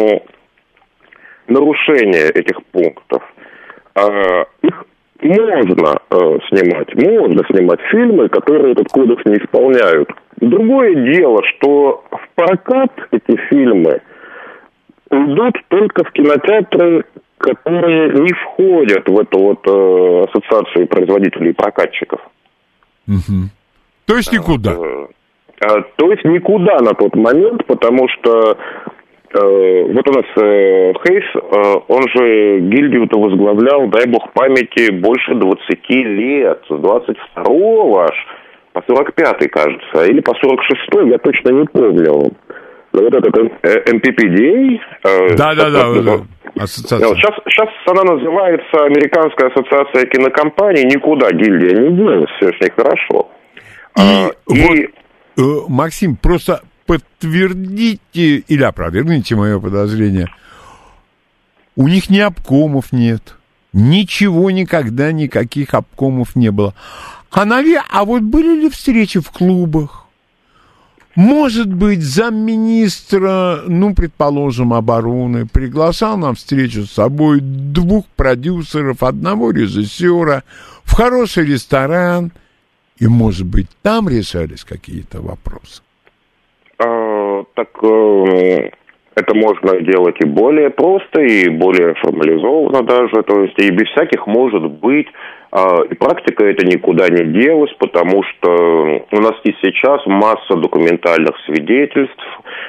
нарушение этих пунктов. Их можно снимать, можно снимать фильмы, которые этот кодекс не исполняют. Другое дело, что в прокат эти фильмы идут только в кинотеатры, которые не входят в эту вот э, ассоциацию производителей и прокатчиков. Угу. То есть никуда? Э, э, то есть никуда на тот момент, потому что э, вот у нас э, Хейс, э, он же гильдию-то возглавлял, дай бог памяти, больше двадцати лет, с двадцать второго аж по сорок пятый, кажется, или по сорок шестой, я точно не помню. Вот этот эм пи пи ди эй... Да-да-да, ассоциация. Сейчас, сейчас она называется Американская ассоциация кинокомпаний, никуда гильдия не делась, все с ней хорошо. И, а, вот, и... Э, Максим, просто подтвердите или опровергните мое подозрение, у них ни обкомов нет, ничего никогда, никаких обкомов не было. А, наве... а вот были ли встречи в клубах? Может быть, замминистра, ну, предположим, обороны, приглашал на встречу с собой двух продюсеров, одного режиссера в хороший ресторан, и, может быть, там решались какие-то вопросы? А, так э, это можно делать и более просто, и более формализованно даже, то есть и без всяких «может быть». И практика это никуда не делась, потому что у нас и сейчас масса документальных свидетельств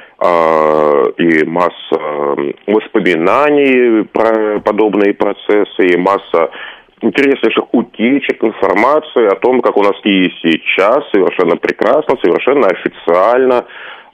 и масса воспоминаний про подобные процессы, и масса интереснейших утечек информации о том, как у нас и сейчас совершенно прекрасно, совершенно официально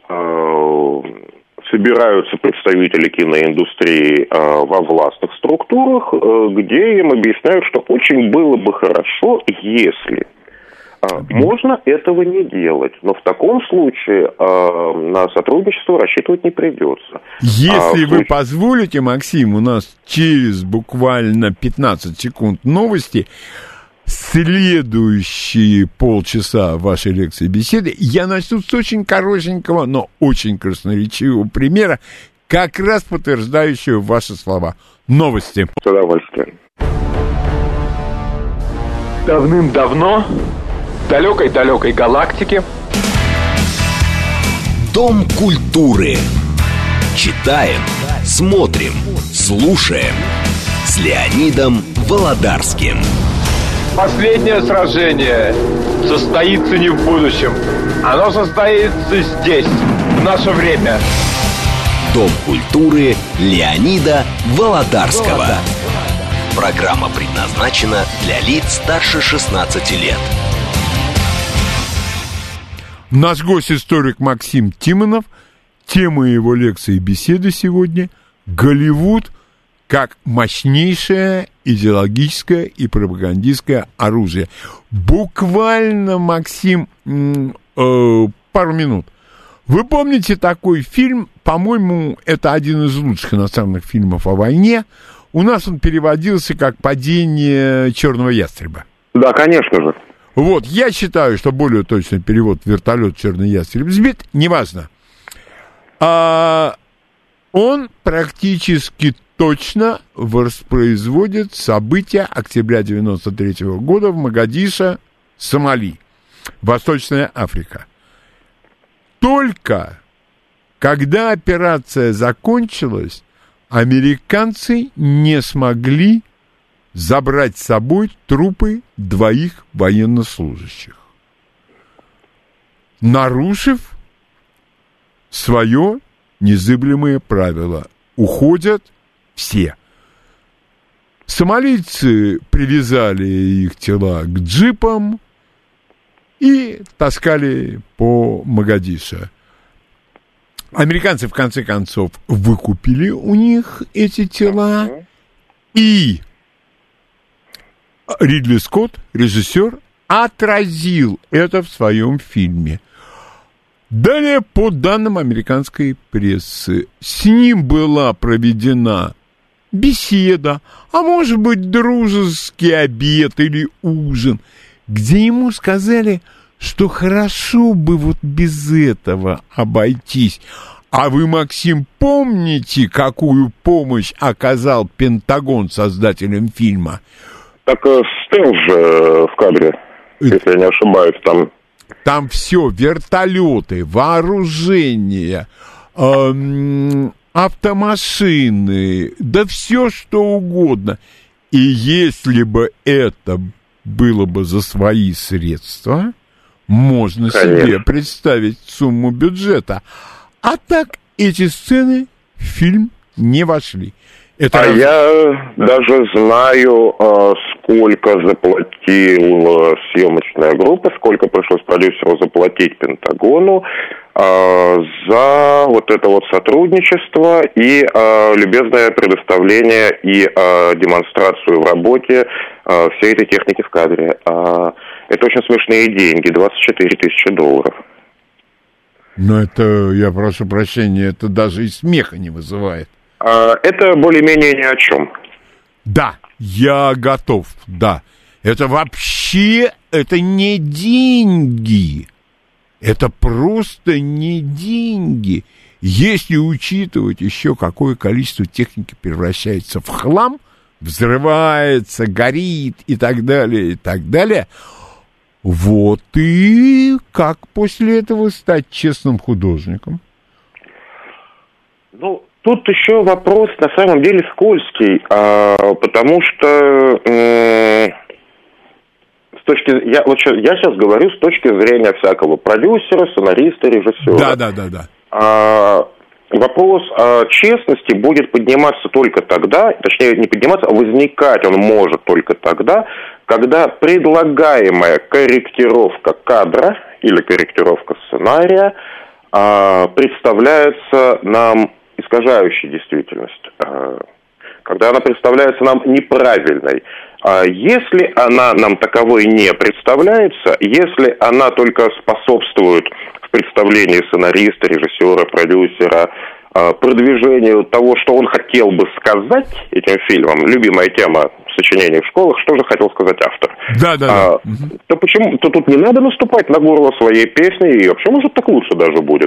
собираются представители киноиндустрии э, во властных структурах, э, где им объясняют, что очень было бы хорошо, если э, можно этого не делать. Но в таком случае э, на сотрудничество рассчитывать не придется. Если а, вы случае... позволите, Максим, у нас через буквально пятнадцать секунд новости. Следующие полчаса вашей лекции беседы я начну с очень коротенького, но очень красноречивого примера, как раз подтверждающего ваши слова. Новости. С удовольствием. Давным-давно, в далекой-далекой галактике, Дом культуры. Читаем, смотрим, слушаем с Леонидом Володарским. Последнее сражение состоится не в будущем. Оно состоится здесь, в наше время. Дом культуры Леонида Володарского. Программа предназначена для лиц старше шестнадцати лет. Наш гость-историк Максим Тимонов. Тема его лекции и беседы сегодня — Голливуд как мощнейшее идеологическое и пропагандистское оружие. Буквально, Максим, э, пару минут. Вы помните такой фильм, по-моему, это один из лучших иностранных фильмов о войне, у нас он переводился как «Падение черного ястреба». Да, конечно же. Вот, я считаю, что более точный перевод «Вертолет черный ястреб сбит», неважно. А он практически точно воспроизводит события октября девяносто третьего года в Могадишо, Сомали, Восточная Африка. Только когда операция закончилась, американцы не смогли забрать с собой трупы двоих военнослужащих, нарушив свое незыблемое правило. Уходят все. Сомалийцы привязали их тела к джипам и таскали по Могадишо. Американцы, в конце концов, выкупили у них эти тела, и Ридли Скотт, режиссер, отразил это в своем фильме. Далее, по данным американской прессы, с ним была проведена беседа, а может быть, дружеский обед или ужин, где ему сказали, что хорошо бы вот без этого обойтись. А вы, Максим, помните, какую помощь оказал Пентагон создателям фильма? Так Стелс же в кадре, если я не ошибаюсь, там... Там все, вертолеты, вооружение, эм, автомашины, да все что угодно. И если бы это было бы за свои средства, можно Конечно. себе представить сумму бюджета. А так эти сцены в фильм не вошли. Это а раз... я даже знаю, сколько заплатила съемочная группа, сколько пришлось продюсеру заплатить Пентагону за вот это вот сотрудничество и любезное предоставление и демонстрацию в работе всей этой техники в кадре. Это очень смешные деньги, двадцать четыре тысячи долларов. Но это, я прошу прощения, это даже и смеха не вызывает. Это более-менее ни о чем. Да, я готов, да. Это вообще, это не деньги. Это просто не деньги. Если учитывать еще, какое количество техники превращается в хлам, взрывается, горит и так далее, и так далее, вот и как после этого стать честным художником? Ну, тут еще вопрос на самом деле скользкий, а, потому что э, с точки я вот сейчас, я сейчас говорю с точки зрения всякого продюсера, сценариста, режиссера. Да, да, да, да. А, вопрос о честности будет подниматься только тогда, точнее не подниматься, а возникать он может только тогда, когда предлагаемая корректировка кадра или корректировка сценария а, представляется нам искажающей действительность, когда она представляется нам неправильной. Если она нам таковой не представляется, если она только способствует в представлении сценариста, режиссера, продюсера продвижению того, что он хотел бы сказать этим фильмом, любимая тема сочинений в школах, что же хотел сказать автор. Да, да, а, да. То почему? То тут не надо наступать на горло своей песни, и вообще, может, так лучше даже будет.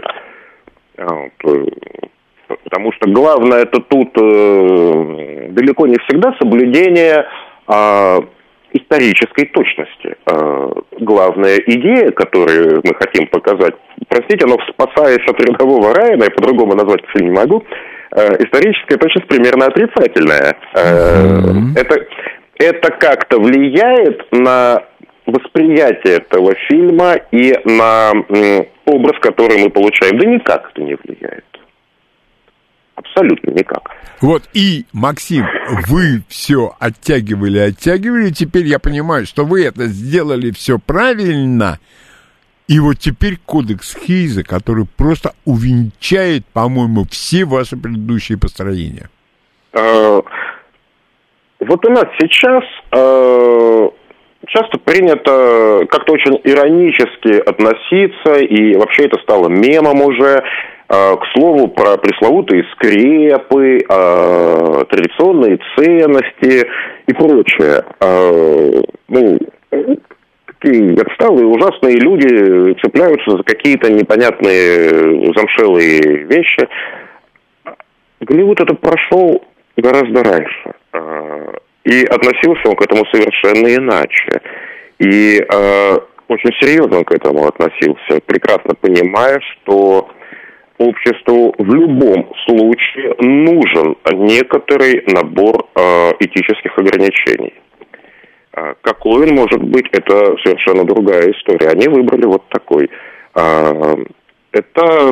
Потому что главное это тут э, далеко не всегда соблюдение э, исторической точности. Э, главная идея, которую мы хотим показать, простите, но спасаясь от рядового Райана, я по-другому назвать это не могу, э, историческая точность примерно отрицательная. Э, mm-hmm. это, это как-то влияет на восприятие этого фильма и на э, образ, который мы получаем. Да никак это не влияет. Абсолютно никак. Вот, и, Максим, вы все оттягивали, оттягивали, теперь я понимаю, что вы это сделали все правильно, и вот теперь кодекс Хейза, который просто увенчает, по-моему, все ваши предыдущие построения. Вот у нас сейчас часто принято как-то очень иронически относиться, и вообще это стало мемом уже, К слову, про пресловутые скрепы, традиционные ценности и прочее. Ну, такие отсталые, ужасные люди цепляются за какие-то непонятные замшелые вещи. Голливуд это прошел гораздо раньше. И относился он к этому совершенно иначе. И очень серьезно он к этому относился, прекрасно понимая, что обществу в любом случае нужен некоторый набор э, этических ограничений. Э, какой он может быть, это совершенно другая история. Они выбрали вот такой. Э, это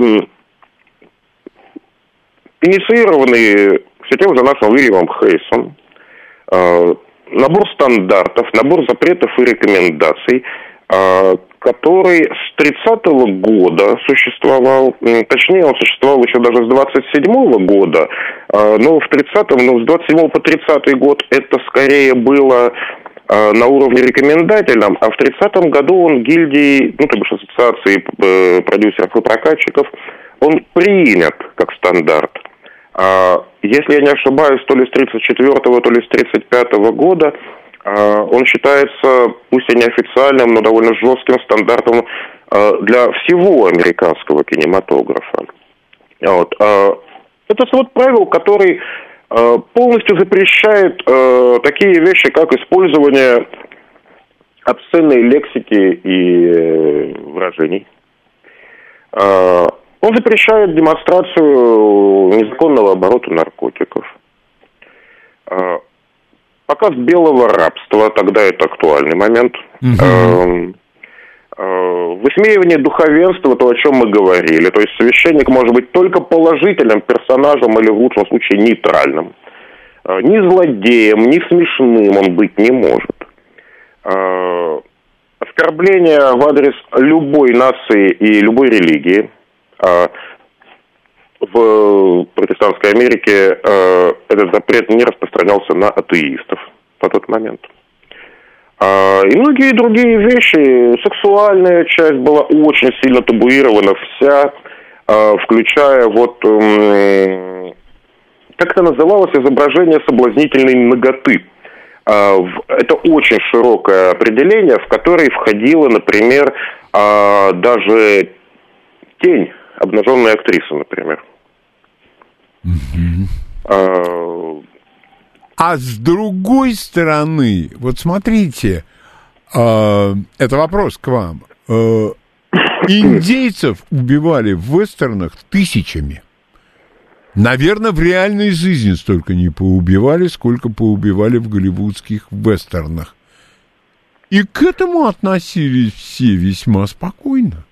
инициированный все тем же нашим Уильямом Хейсом э, набор стандартов, набор запретов и рекомендаций, э, который с тридцатого года существовал, точнее, он существовал еще даже с двадцать седьмого года, но в тридцатом, ну, с двадцать седьмого по тридцатый год это скорее было на уровне рекомендательном, а в тридцатом году он гильдии, ну, то бишь ассоциации продюсеров и прокатчиков, он принят как стандарт. Если я не ошибаюсь, то ли с тридцать четвёртого, то ли с тридцать пятого года он считается, пусть и неофициальным, но довольно жестким стандартом для всего американского кинематографа. Вот. Это свод правил, который полностью запрещает такие вещи, как использование обсценной лексики и выражений. Он запрещает демонстрацию незаконного оборота наркотиков. Показ белого рабства, тогда это актуальный момент. Uh-huh. Высмеивание духовенства, то, о чем мы говорили. То есть священник может быть только положительным персонажем или в лучшем случае нейтральным. Ни злодеем, ни смешным он быть не может. Оскорбление в адрес любой нации и любой религии. В протестантской Америке э, этот запрет не распространялся на атеистов на тот момент. А, и многие другие вещи, сексуальная часть была очень сильно табуирована вся, э, включая вот, э, как это называлось, изображение соблазнительной наготы. Э, в, это очень широкое определение, в которое входила, например, э, даже тень обнаженной актрисы, например. Uh-huh. А с другой стороны, вот смотрите, э, это вопрос к вам. Э, индейцев убивали в вестернах тысячами. Наверное, в реальной жизни столько не поубивали, сколько поубивали в голливудских вестернах. И к этому относились все весьма спокойно.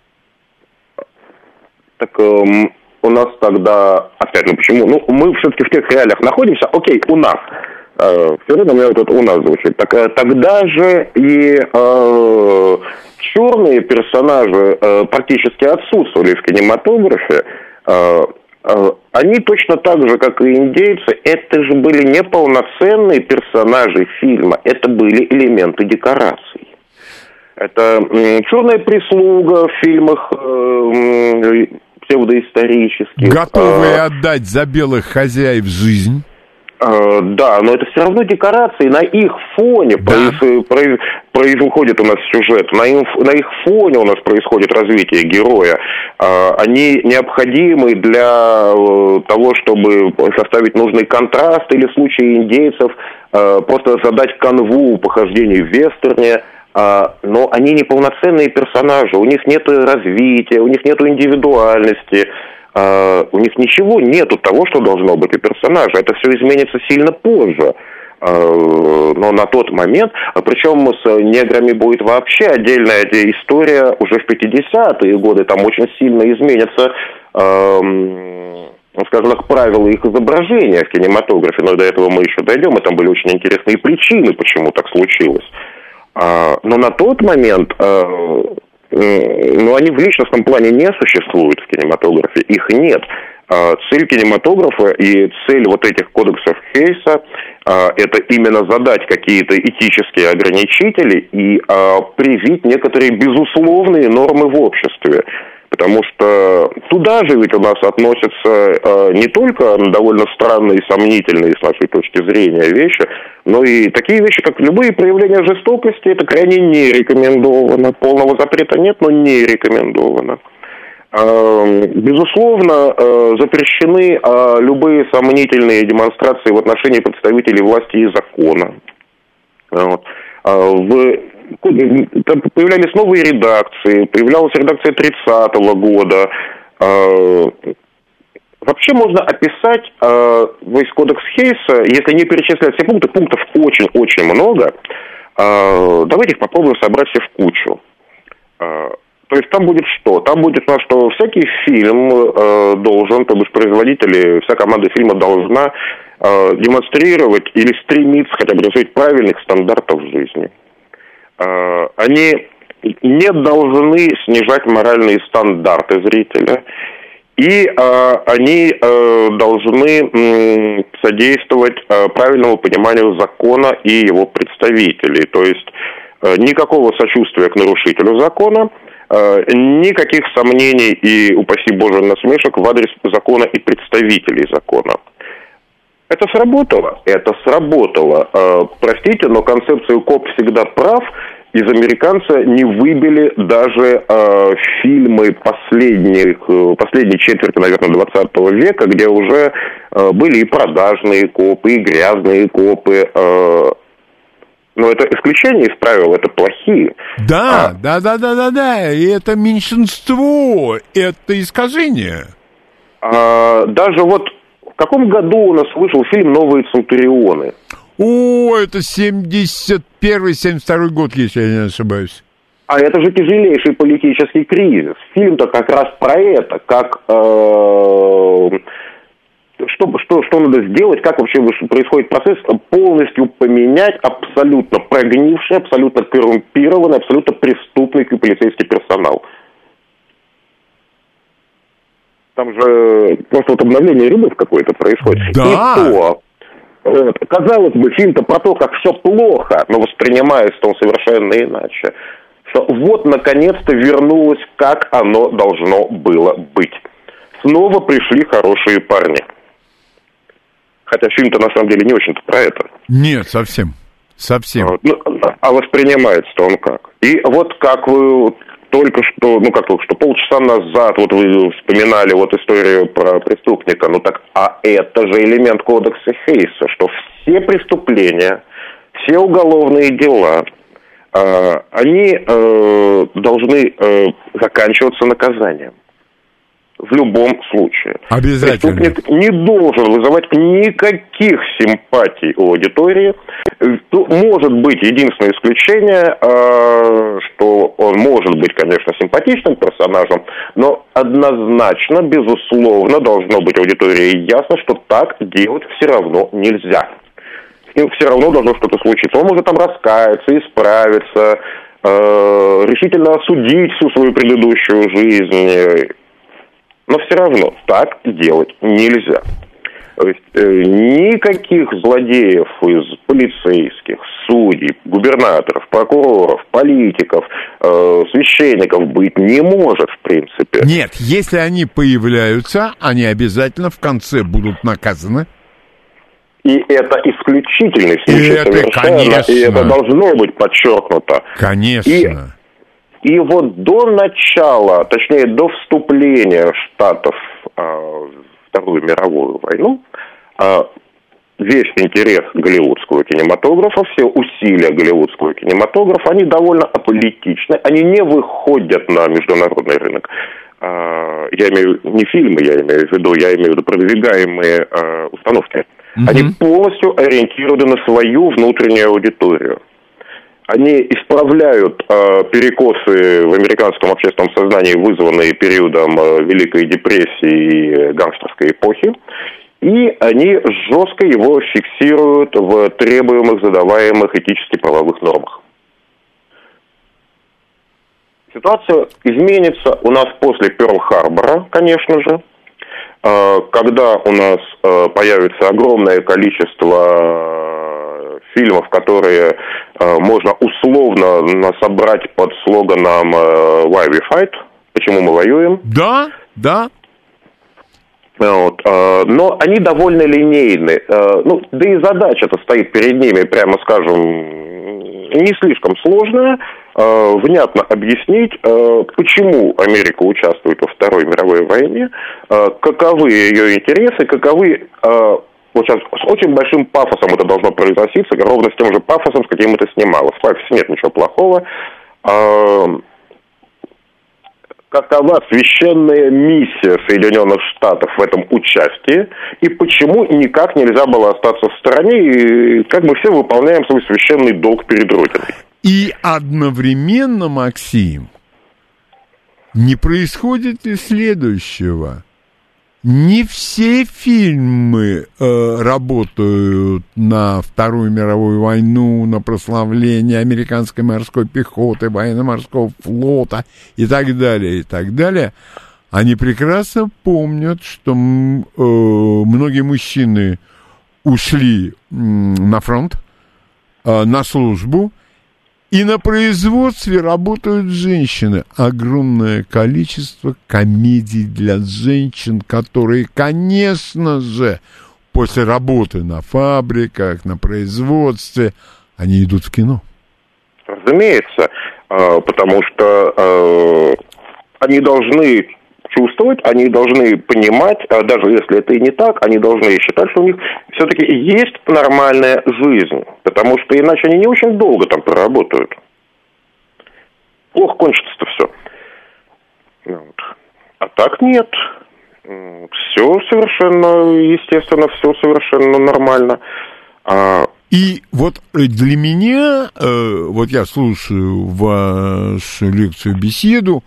Так... Эм... У нас тогда, опять, ну почему? Ну, мы все-таки в тех реалиях находимся. Окей, у нас. Э, все равно у меня вот это у нас звучит. Так, э, тогда же и э, черные персонажи э, практически отсутствовали в кинематографе. Э, э, они точно так же, как и индейцы, это же были не полноценные персонажи фильма. Это были элементы декораций. Это э, черная прислуга в фильмах... Э, псевдоисторических. Готовые а, отдать за белых хозяев жизнь. А, да, но это все равно декорации. На их фоне да. проис, проис, происходит у нас сюжет. На, им, на их фоне у нас происходит развитие героя. А, они необходимы для того, чтобы составить нужный контраст, или в случае индейцев а, просто задать канву похождений в вестерне. А, но они не полноценные персонажи, у них нет развития, у них нет индивидуальности, а, у них ничего нету того, что должно быть у персонажа. Это все изменится сильно позже. А, но на тот момент, а причем с неграми будет вообще отдельная история уже в пятидесятые годы, там очень сильно изменятся, а, скажем так, правила их изображения в кинематографе, но до этого мы еще дойдем, и там были очень интересные причины, почему так случилось. Но на тот момент, ну, они в личностном плане не существуют в кинематографе, их нет. Цель кинематографа и цель вот этих кодексов Хейса – это именно задать какие-то этические ограничители и привить некоторые безусловные нормы в обществе. потому что туда же ведь у нас относятся э, не только довольно странные и сомнительные с нашей точки зрения вещи, но и такие вещи, как любые проявления жестокости, это крайне не рекомендовано. Полного запрета нет, но не рекомендовано. Э, безусловно, э, запрещены э, любые сомнительные демонстрации в отношении представителей власти и закона. Вот. Э, в Появлялись новые редакции, появлялась редакция тридцатого года. Вообще можно описать весь кодекс Хейса, если не перечислять все пункты, пунктов очень-очень много. Давайте их попробуем собрать все в кучу. То есть там будет что? Там будет, ну, что всякий фильм должен, то есть производители, вся команда фильма должна демонстрировать или стремиться хотя бы достичь правильных стандартов жизни. Они не должны снижать моральные стандарты зрителя, и э, они э, должны э, содействовать э, правильному пониманию закона и его представителей. То есть э, никакого сочувствия к нарушителю закона, э, никаких сомнений и, упаси Боже, насмешек в адрес закона и представителей закона. Это сработало? Это сработало. Э, простите, но концепцию «коп всегда прав» из американца не выбили даже э, фильмы последних, э, последней четверти, наверное, двадцатого века, где уже э, были и продажные копы, и грязные копы. Э, но это исключение из правил, это плохие. Да, а, да, да, да, да, да, и это меньшинство, это искажение. А, даже вот в каком году у нас вышел фильм «Новые Центурионы»? О, это семьдесят первый семьдесят второй год, если я не ошибаюсь. А это же тяжелейший политический кризис. Фильм-то как раз про это, как э, что, что, что надо сделать, как вообще происходит процесс, полностью поменять абсолютно прогнивший, абсолютно коррумпированный, абсолютно преступный полицейский персонал. Там же просто вот обновление рядов какое-то происходит. Да. И то, казалось бы, фильм-то про то, как все плохо, но воспринимается он совершенно иначе. Что вот, наконец-то, вернулось, как оно должно было быть. Снова пришли хорошие парни. Хотя фильм-то, на самом деле, не очень-то про это. Нет, совсем. Совсем. Вот. Ну, а воспринимается-то он как? И вот как вы только что, ну как только что, полчаса назад, вот вы вспоминали вот историю про преступника, ну так, а это же элемент кодекса Хейса, что все преступления, все уголовные дела, э, они э, должны э, заканчиваться наказанием. В любом случае. Обязательно. Преступник не должен вызывать никаких симпатий у аудитории. Может быть единственное исключение, что он может быть, конечно, симпатичным персонажем, но однозначно, безусловно, должно быть аудитории ясно, что так делать все равно нельзя. С ним все равно должно что-то случиться. Он может там раскаяться, исправиться, решительно осудить всю свою предыдущую жизнь. Но все равно так делать нельзя. То есть э, никаких злодеев из полицейских, судей, губернаторов, прокуроров, политиков, э, священников быть не может, в принципе. Нет, если они появляются, они обязательно в конце будут наказаны. И это исключительный случай, это, совершенно, конечно. И это должно быть подчеркнуто. Конечно. И... И вот до начала, точнее, до вступления Штатов э, в Вторую мировую войну, э, весь интерес голливудского кинематографа, все усилия голливудского кинематографа, они довольно аполитичны, они не выходят на международный рынок. Э, я имею не фильмы, я имею в виду, я имею в виду продвигаемые э, установки. Mm-hmm. Они полностью ориентированы на свою внутреннюю аудиторию. Они исправляют э, перекосы в американском общественном сознании, вызванные периодом э, Великой депрессии и гангстерской эпохи, и они жестко его фиксируют в требуемых, задаваемых этически-правовых нормах. Ситуация изменится у нас после Пёрл-Харбора, конечно же, э, когда у нас э, появится огромное количество фильмов, которые э, можно условно собрать под слоганом э, «Why we fight», почему мы воюем. Да, да. Вот, э, но они довольно линейны. Э, ну, да и задача-то стоит перед ними, прямо скажем, не слишком сложная. Э, внятно объяснить, э, почему Америка участвует во Второй мировой войне, э, каковы ее интересы, каковы... Э, вот сейчас с очень большим пафосом это должно произноситься, ровно с тем же пафосом, с каким это снималось. В пафосе нет ничего плохого. Э, Какова священная миссия Соединенных Штатов в этом участии, и почему никак нельзя было остаться в стороне, и как мы все выполняем свой священный долг перед Родиной. И одновременно, Максим, не происходит и следующего. Не все фильмы э, работают на Вторую мировую войну, на прославление американской морской пехоты, военно-морского флота и так далее, и так далее. Они прекрасно помнят, что э, многие мужчины ушли э, на фронт, э, на службу, и на производстве работают женщины. Огромное количество комедий для женщин, которые, конечно же, после работы на фабриках, на производстве, они идут в кино. Разумеется, потому что они должны чувствовать, они должны понимать, даже если это и не так, они должны считать, что у них все-таки есть нормальная жизнь, потому что иначе они не очень долго там проработают. Плохо кончится-то все. Вот. А так нет. Все совершенно естественно, все совершенно нормально. А... И вот для меня, вот я слушаю вашу лекцию, беседу,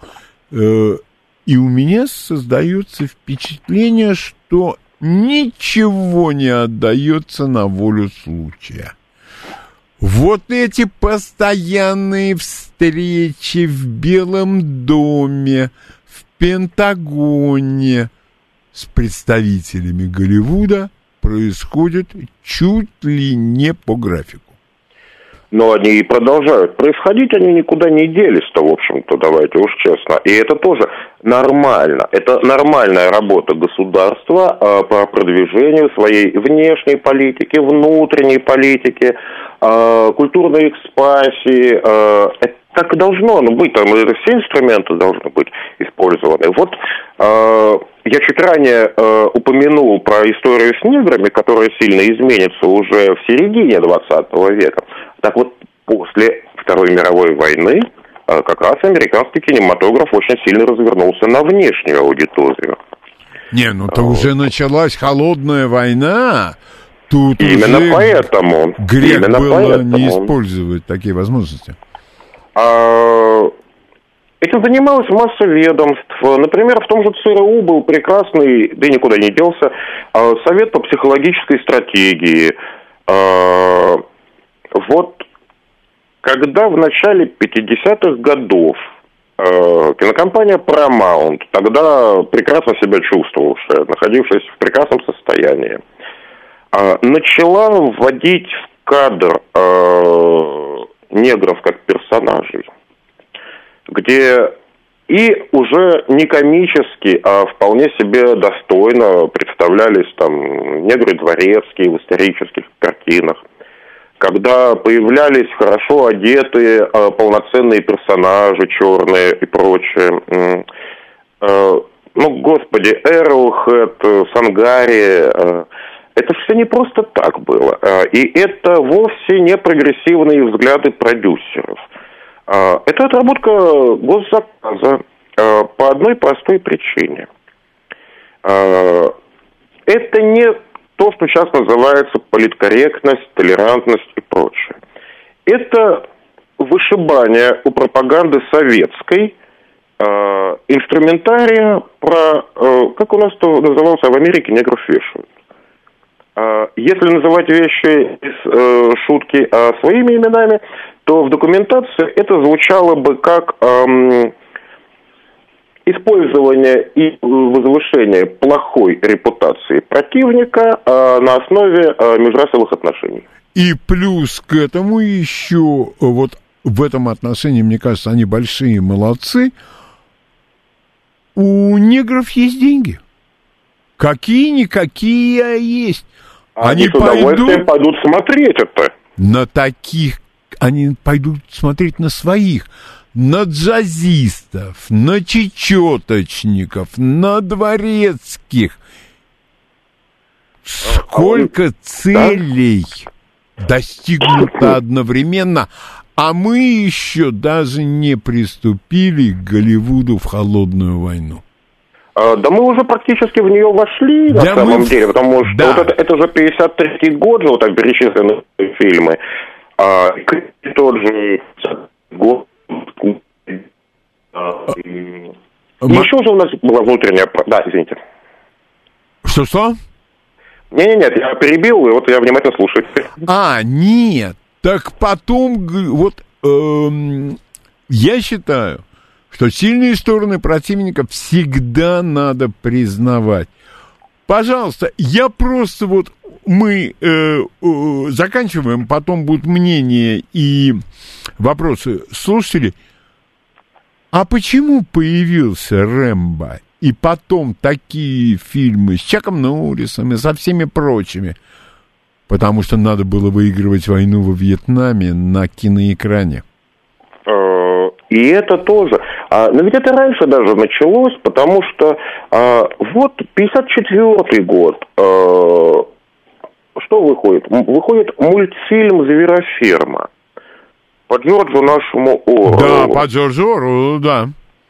и у меня создается впечатление, что ничего не отдается на волю случая. Вот эти постоянные встречи в Белом доме, в Пентагоне с представителями Голливуда происходят чуть ли не по графику. Но они и продолжают происходить, они никуда не делись-то, в общем-то, давайте уж честно. И это тоже нормально. Это нормальная работа государства э, по продвижению своей внешней политики, внутренней политики, э, культурной экспансии. Э, это так и должно оно быть, там все инструменты должны быть использованы. Вот э, я чуть ранее э, упомянул про историю с неграми, которая сильно изменится уже в середине двадцатого века. Так вот, после Второй мировой войны э, как раз американский кинематограф очень сильно развернулся на внешнюю аудиторию. Не, ну то вот. Уже началась холодная война. Тут именно уже поэтому. Грех именно было поэтому. не использовать такие возможности. А, этим занималась масса ведомств. Например, в том же ЦРУ был прекрасный, да и никуда не делся, Совет по психологической стратегии. А, вот когда в начале пятидесятых годов а, кинокомпания Paramount, тогда прекрасно себя чувствовавшая, находившаяся в прекрасном состоянии, а, начала вводить в кадр а, негров как персонажей, где и уже не комически, а вполне себе достойно представлялись там негры дворецкие в исторических картинах, когда появлялись хорошо одетые полноценные персонажи, черные и прочее. Ну, господи, Эрлхэт, Сангари... Это все не просто так было. И это вовсе не прогрессивные взгляды продюсеров. Это отработка госзаказа по одной простой причине. Это не то, что сейчас называется политкорректность, толерантность и прочее. Это вышибание у пропаганды советской инструментария про, как у нас то назывался в Америке, негров вешают. Если называть вещи из э, шутки э, своими именами, то в документации это звучало бы как эм, использование и возвышение плохой репутации противника э, на основе э, межрасовых отношений. И плюс к этому еще, вот в этом отношении, мне кажется, они большие молодцы, у негров есть деньги. Какие-никакие есть. Они, они с удовольствием пойдут пойдут смотреть это. на таких, они пойдут смотреть на своих, на джазистов, на чечеточников, на дворецких. Сколько целей достигнуто одновременно, а мы еще даже не приступили к Голливуду в холодную войну. А, да мы уже практически в нее вошли, на Да самом мы... деле, потому что Да. вот это, это же пятьдесят третий год же, вот так перечислены фильмы. А, тот же год. А, и... Ма- Еще же у нас была внутренняя... про- Да, извините. Что-что? Не-не-нет, я перебил, и вот я внимательно слушаю. А, нет. Так потом, г- вот, эм, я считаю, что сильные стороны противника всегда надо признавать. Пожалуйста, я просто вот, мы э, э, заканчиваем, потом будут мнения и вопросы слушателей. А почему появился Рэмбо? И потом такие фильмы с Чаком Норрисом и со всеми прочими. Потому что надо было выигрывать войну во Вьетнаме на киноэкране. И это тоже. А, но ведь это раньше даже началось, потому что а, вот пятьдесят четвёртый год. А, что выходит? М- Выходит мультфильм «Звероферма» по Джорджу нашему Оруэллу. Да, по Джорджу Оруэллу, да.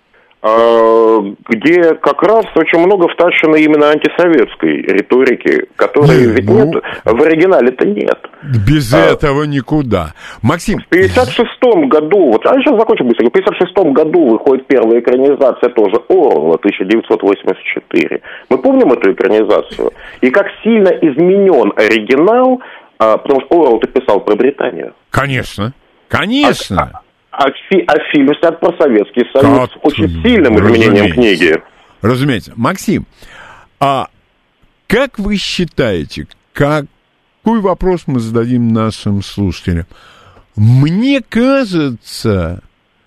А, где как раз очень много втащено именно антисоветской риторики, которой Не, ведь ну... нет, в оригинале-то нет. Без а... этого никуда. Максим... В пятьдесят шестом году, вот, а сейчас закончим быстро, в пятьдесят шестом году выходит первая экранизация тоже Оруэлла, тысяча девятьсот восемьдесят четыре. Мы помним эту экранизацию? И как сильно изменен оригинал, а, потому что Оруэлл-то писал про Британию. Конечно, конечно. А, А, фи- а фильм снят про Советский Союз с очень сильным изменением книги. Разумеется. Максим, а как вы считаете, какой вопрос мы зададим нашим слушателям? Мне кажется,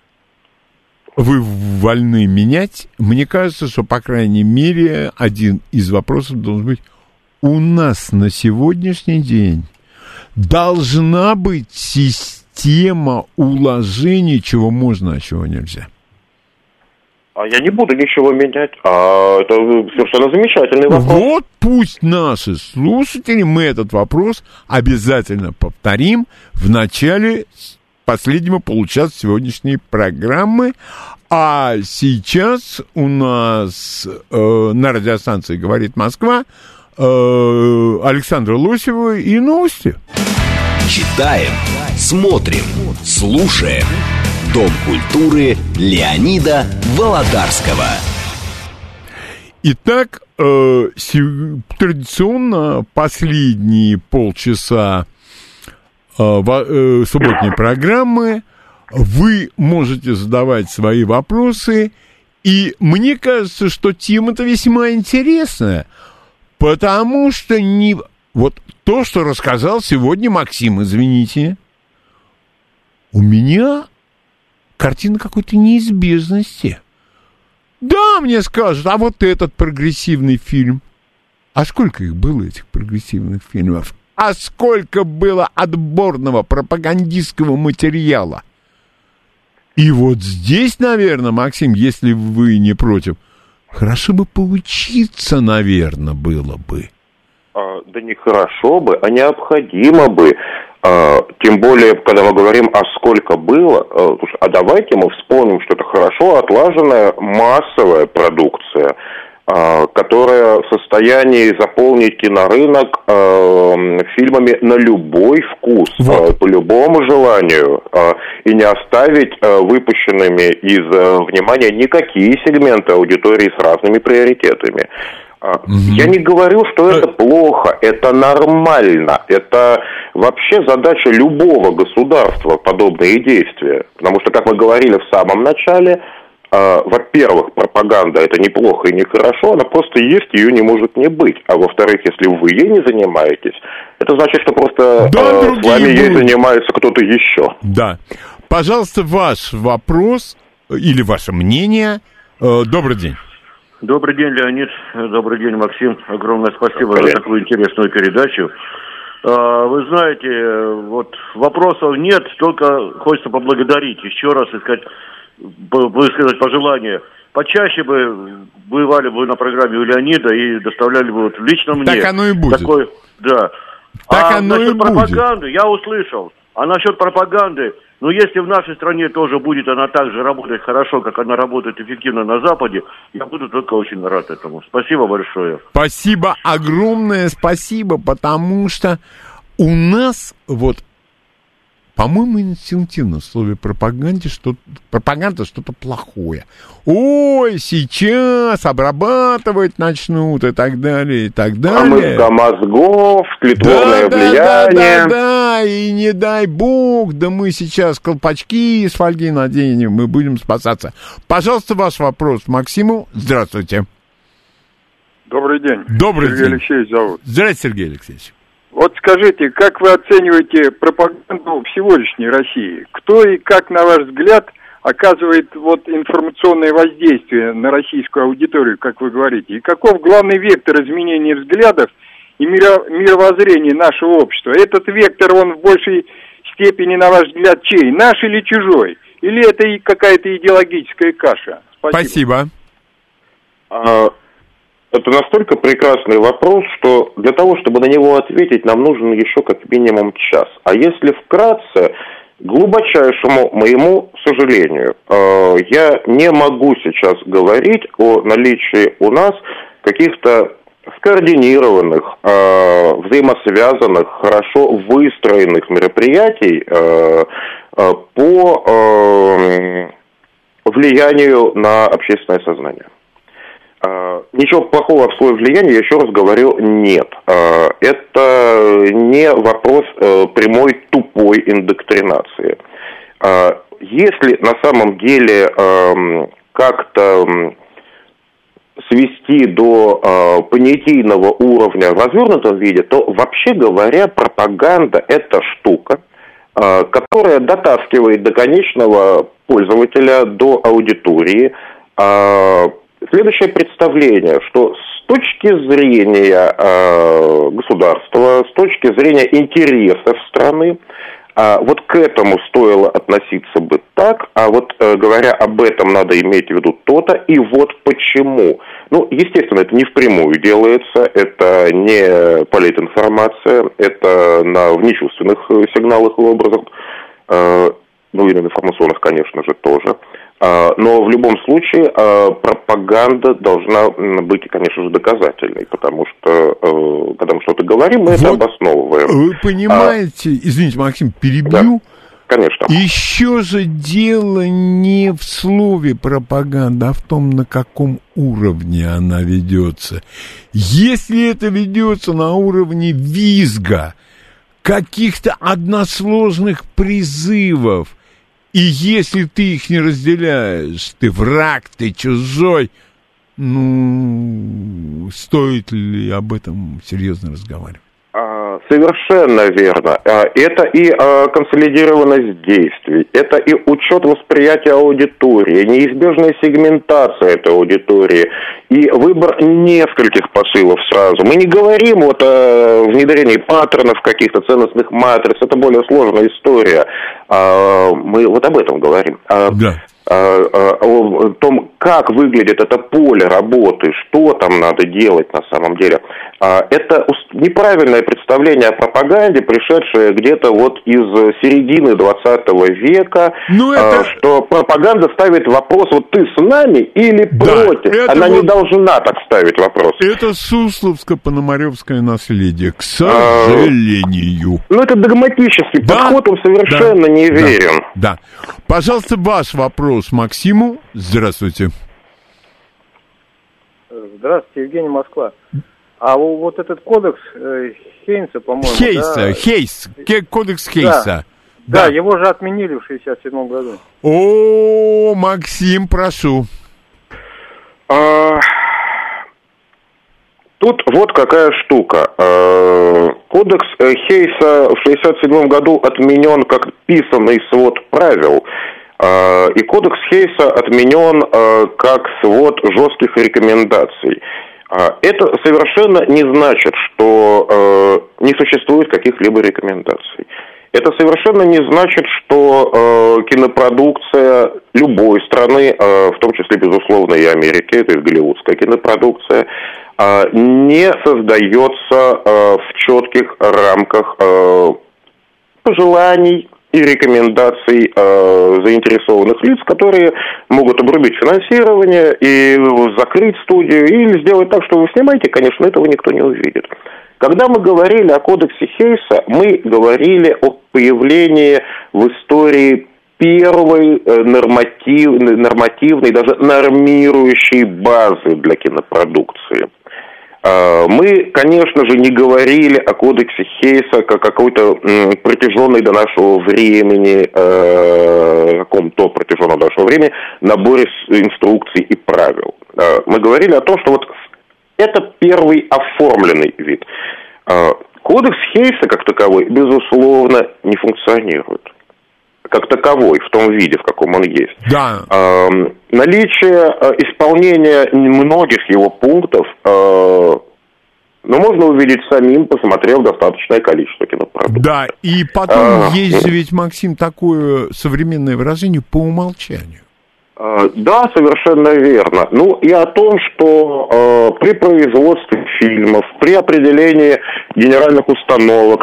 вы вольны менять, мне кажется, что, по крайней мере, один из вопросов должен быть: у нас на сегодняшний день должна быть система, тема уложений, чего можно, а чего нельзя. А я не буду ничего менять. А это совершенно замечательный вопрос. Вот пусть наши слушатели, мы этот вопрос обязательно повторим в начале последнего получаса сегодняшней программы. А сейчас у нас э, на радиостанции «Говорит Москва» э, Александра Лосева и новости. Читаем, смотрим, слушаем. Дом культуры Леонида Володарского. Итак, э, си- традиционно последние полчаса э, во- э, субботней программы вы можете задавать свои вопросы. И мне кажется, что тема-то весьма интересная, потому что не... Вот то, что рассказал сегодня Максим, извините, у меня картина какой-то неизбежности. Да, мне скажут, а вот этот прогрессивный фильм. А сколько их было, этих прогрессивных фильмов? А сколько было отборного пропагандистского материала? И вот здесь, наверное, Максим, если вы не против, хорошо бы поучиться, наверное, было бы. А, да не хорошо бы, а необходимо бы. А, тем более, когда мы говорим, а сколько было, а, а давайте мы вспомним, что это хорошо отлаженная массовая продукция, а, которая в состоянии заполнить кинорынок а, фильмами на любой вкус, вот. а, по любому желанию, а, и не оставить а, выпущенными из а, внимания никакие сегменты аудитории с разными приоритетами. Mm-hmm. Я не говорю, что это плохо, это нормально, это вообще задача любого государства, подобные действия. Потому что, как мы говорили в самом начале, э, во-первых, пропаганда это неплохо и не хорошо, она просто есть, ее не может не быть. А во-вторых, если вы ей не занимаетесь, это значит, что просто да, э, с вами ей занимается кто-то еще. Да. Пожалуйста, ваш вопрос или ваше мнение. Э, добрый день. Добрый день, Леонид. Добрый день, Максим. Огромное спасибо Привет. за такую интересную передачу. Вы знаете, вот вопросов нет, только хочется поблагодарить еще раз и сказать, высказать пожелание. Почаще бы бывали бы на программе у Леонида и доставляли бы вот лично мне. Так оно и будет. Такой, да. Так а оно насчет и пропаганды будет. я услышал. А насчет пропаганды, ну если в нашей стране тоже будет она так же работать хорошо, как она работает эффективно на Западе, я буду только очень рад этому. Спасибо большое. Спасибо, огромное спасибо, потому что у нас вот, по-моему, инстинктивно в слове пропаганде что пропаганда что-то плохое. Ой, сейчас обрабатывать начнут и так далее, и так далее. Промывка мозгов, тлетворное да, влияние. Да, да, да, и не дай бог, да мы сейчас колпачки из фольги наденем, мы будем спасаться. Пожалуйста, ваш вопрос Максиму. Здравствуйте. Добрый день. Добрый Сергей день. Алексеевич зовут. Здравствуйте, Сергей Алексеевич. Вот скажите, как вы оцениваете пропаганду в сегодняшней России? Кто и как, на ваш взгляд, оказывает вот информационное воздействие на российскую аудиторию, как вы говорите? И каков главный вектор изменения взглядов и миро- мировоззрения нашего общества? Этот вектор, он в большей степени, на ваш взгляд, чей? Наш или чужой? Или это и какая-то идеологическая каша? Спасибо. Спасибо. Это настолько прекрасный вопрос, что для того, чтобы на него ответить, нам нужен еще как минимум час. А если вкратце, к глубочайшему моему сожалению, я не могу сейчас говорить о наличии у нас каких-то скоординированных, взаимосвязанных, хорошо выстроенных мероприятий по влиянию на общественное сознание. Ничего плохого в свое влияние, я еще раз говорю, нет. Это не вопрос прямой тупой индоктринации. Если на самом деле как-то свести до понятийного уровня в развернутом виде, то, вообще говоря, пропаганда – это штука, которая дотаскивает до конечного пользователя, до аудитории, следующее представление, что с точки зрения э, государства, с точки зрения интересов страны, э, вот к этому стоило относиться бы так, а вот э, говоря об этом, надо иметь в виду то-то, и вот почему. Ну, естественно, это не впрямую делается, это не политинформация, это на внечувственных сигналах и образах, э, ну и на информационных, конечно же, тоже. Но в любом случае пропаганда должна быть, конечно же, доказательной, потому что, когда мы что-то говорим, мы вот это обосновываем. Вы понимаете, а, извините, Максим, перебью. Да, конечно. Еще же дело не в слове пропаганда, а в том, на каком уровне она ведется. Если это ведется на уровне визга, каких-то односложных призывов, и если ты их не разделяешь, ты враг, ты чужой, ну, стоит ли об этом серьезно разговаривать? Совершенно верно. Это и консолидированность действий, это и учет восприятия аудитории, неизбежная сегментация этой аудитории и выбор нескольких посылов сразу. Мы не говорим вот о внедрении паттернов, каких-то ценностных матриц, это более сложная история. Мы вот об этом говорим. Да. О том, как выглядит это поле работы, что там надо делать на самом деле. Это неправильное представление о пропаганде, пришедшее где-то вот из середины двадцатого века, ну, это... что пропаганда ставит вопрос, вот ты с нами или против. Да, она вот... не должна так ставить вопрос. Это сусловско-пономаревское наследие, к сожалению. А... Ну, это догматический да? подход, он совершенно да. не верен. Да. да. Пожалуйста, ваш вопрос Максиму. Здравствуйте. Здравствуйте, Евгений, Москва. А вот этот кодекс э, Хейнса, по-моему... Хейса, да? Хейс, кодекс Хейса. Да. Да. да, его же отменили в шестьдесят седьмом году. О, Максим, прошу. А, тут вот какая штука. А, кодекс Хейса в шестьдесят седьмом году отменен как писанный свод правил. И кодекс Хейса отменен как свод жестких рекомендаций. Это совершенно не значит, что не существует каких-либо рекомендаций. Это совершенно не значит, что кинопродукция любой страны, в том числе, безусловно, и Америки, то есть голливудская кинопродукция, не создается в четких рамках пожеланий и рекомендаций э, заинтересованных лиц, которые могут обрубить финансирование и закрыть студию, или сделать так, что вы снимаете, конечно, этого никто не увидит. Когда мы говорили о кодексе Хейса, мы говорили о появлении в истории первой нормативной, нормативной, даже нормирующей базы для кинопродукции. Мы, конечно же, не говорили о кодексе Хейса как какой-то протяженный до нашего времени, э, каком-то протяженном до нашего времени наборе инструкций и правил. Мы говорили о том, что вот это первый оформленный вид. Кодекс Хейса как таковой, безусловно, не функционирует. Как таковой, в том виде, в каком он есть. Да. Э, наличие э, исполнения многих его пунктов, э, ну, можно увидеть самим, посмотрев достаточное количество кинопродуктов. Да, и потом а, есть же ведь, Максим, такое современное выражение по умолчанию. Э, да, совершенно верно. Ну, и о том, что э, при производстве фильмов, при определении генеральных установок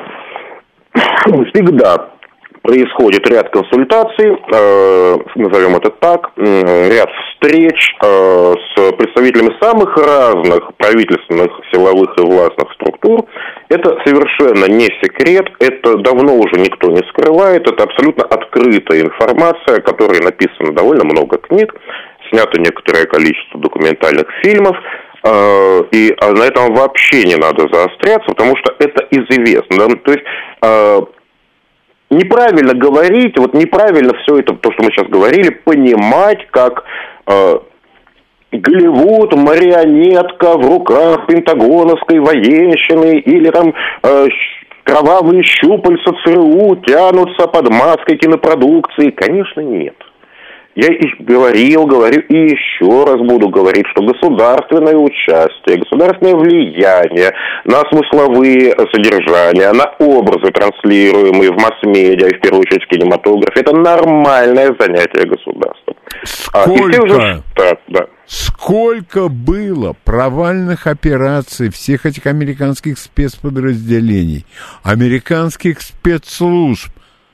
всегда происходит ряд консультаций, э, назовем это так, э, ряд встреч э, с представителями самых разных правительственных, силовых и властных структур. Это совершенно не секрет, это давно уже никто не скрывает, это абсолютно открытая информация, о которой написано довольно много книг, снято некоторое количество документальных фильмов. э, и на этом вообще не надо заостряться, потому что это известно. Да? То есть э, неправильно говорить, вот неправильно все это, то, что мы сейчас говорили, понимать как э, Голливуд, марионетка в руках пентагоновской военщины, или там э, кровавые щупальца ЦРУ тянутся под маской кинопродукции. Конечно, нет. Я и говорил, говорю и еще раз буду говорить, что государственное участие, государственное влияние на смысловые содержания, на образы, транслируемые в масс-медиа, и в первую очередь в кинематографе, это нормальное занятие государства. Сколько, а, уже... да, да. сколько было провальных операций всех этих американских спецподразделений, американских спецслужб,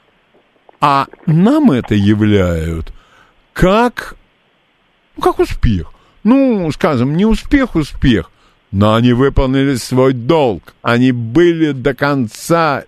а нам это являют как, ну, как успех. Ну, скажем, не успех, успех, но они выполнили свой долг. Они были до конца.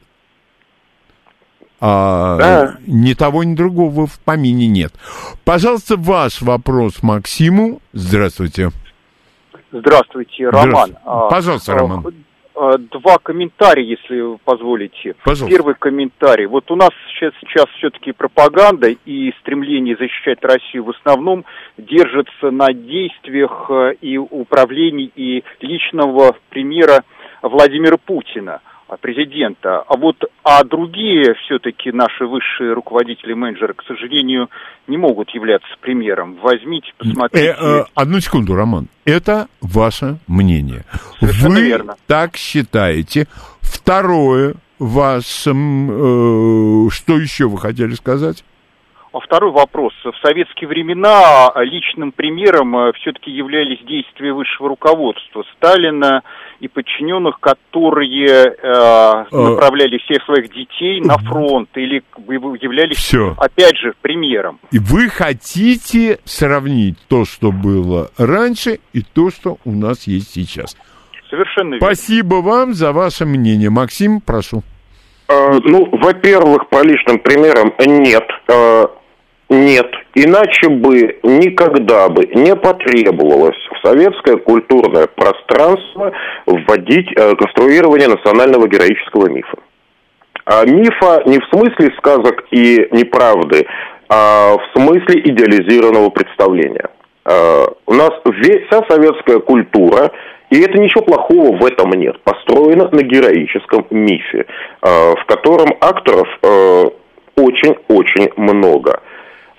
А, да. Ни того, ни другого в помине нет. Пожалуйста, ваш вопрос Максиму. Здравствуйте. Здравствуйте, Роман. Здравствуйте. Пожалуйста, Роман. Два комментария, если вы позволите. Пожалуйста. Первый комментарий. Вот у нас сейчас, сейчас все-таки пропаганда и стремление защищать Россию в основном держится на действиях и управлении и личного примера Владимира Путина, президента. А вот а другие все-таки наши высшие руководители, менеджеры, к сожалению, не могут являться примером. Возьмите, посмотрите. Э, э, одну секунду, Роман. Это ваше мнение. Совершенно Вы верно. так считаете. Второе, ваше, э, что еще вы хотели сказать? А второй вопрос. В советские времена личным примером все-таки являлись действия высшего руководства Сталина и подчиненных, которые э, направляли всех своих детей на фронт или являлись, Все. опять же, примером. И вы хотите сравнить то, что было раньше, и то, что у нас есть сейчас. Совершенно верно. Спасибо вам за ваше мнение. Максим, прошу. Э, ну, во-первых, по личным примерам нет. Э, Нет, иначе бы никогда бы не потребовалось в советское культурное пространство вводить э, конструирование национального героического мифа. А мифа не в смысле сказок и неправды, а в смысле идеализированного представления. Э, у нас весь, вся советская культура, и это ничего плохого в этом нет, построена на героическом мифе, э, в котором акторов э, очень-очень много.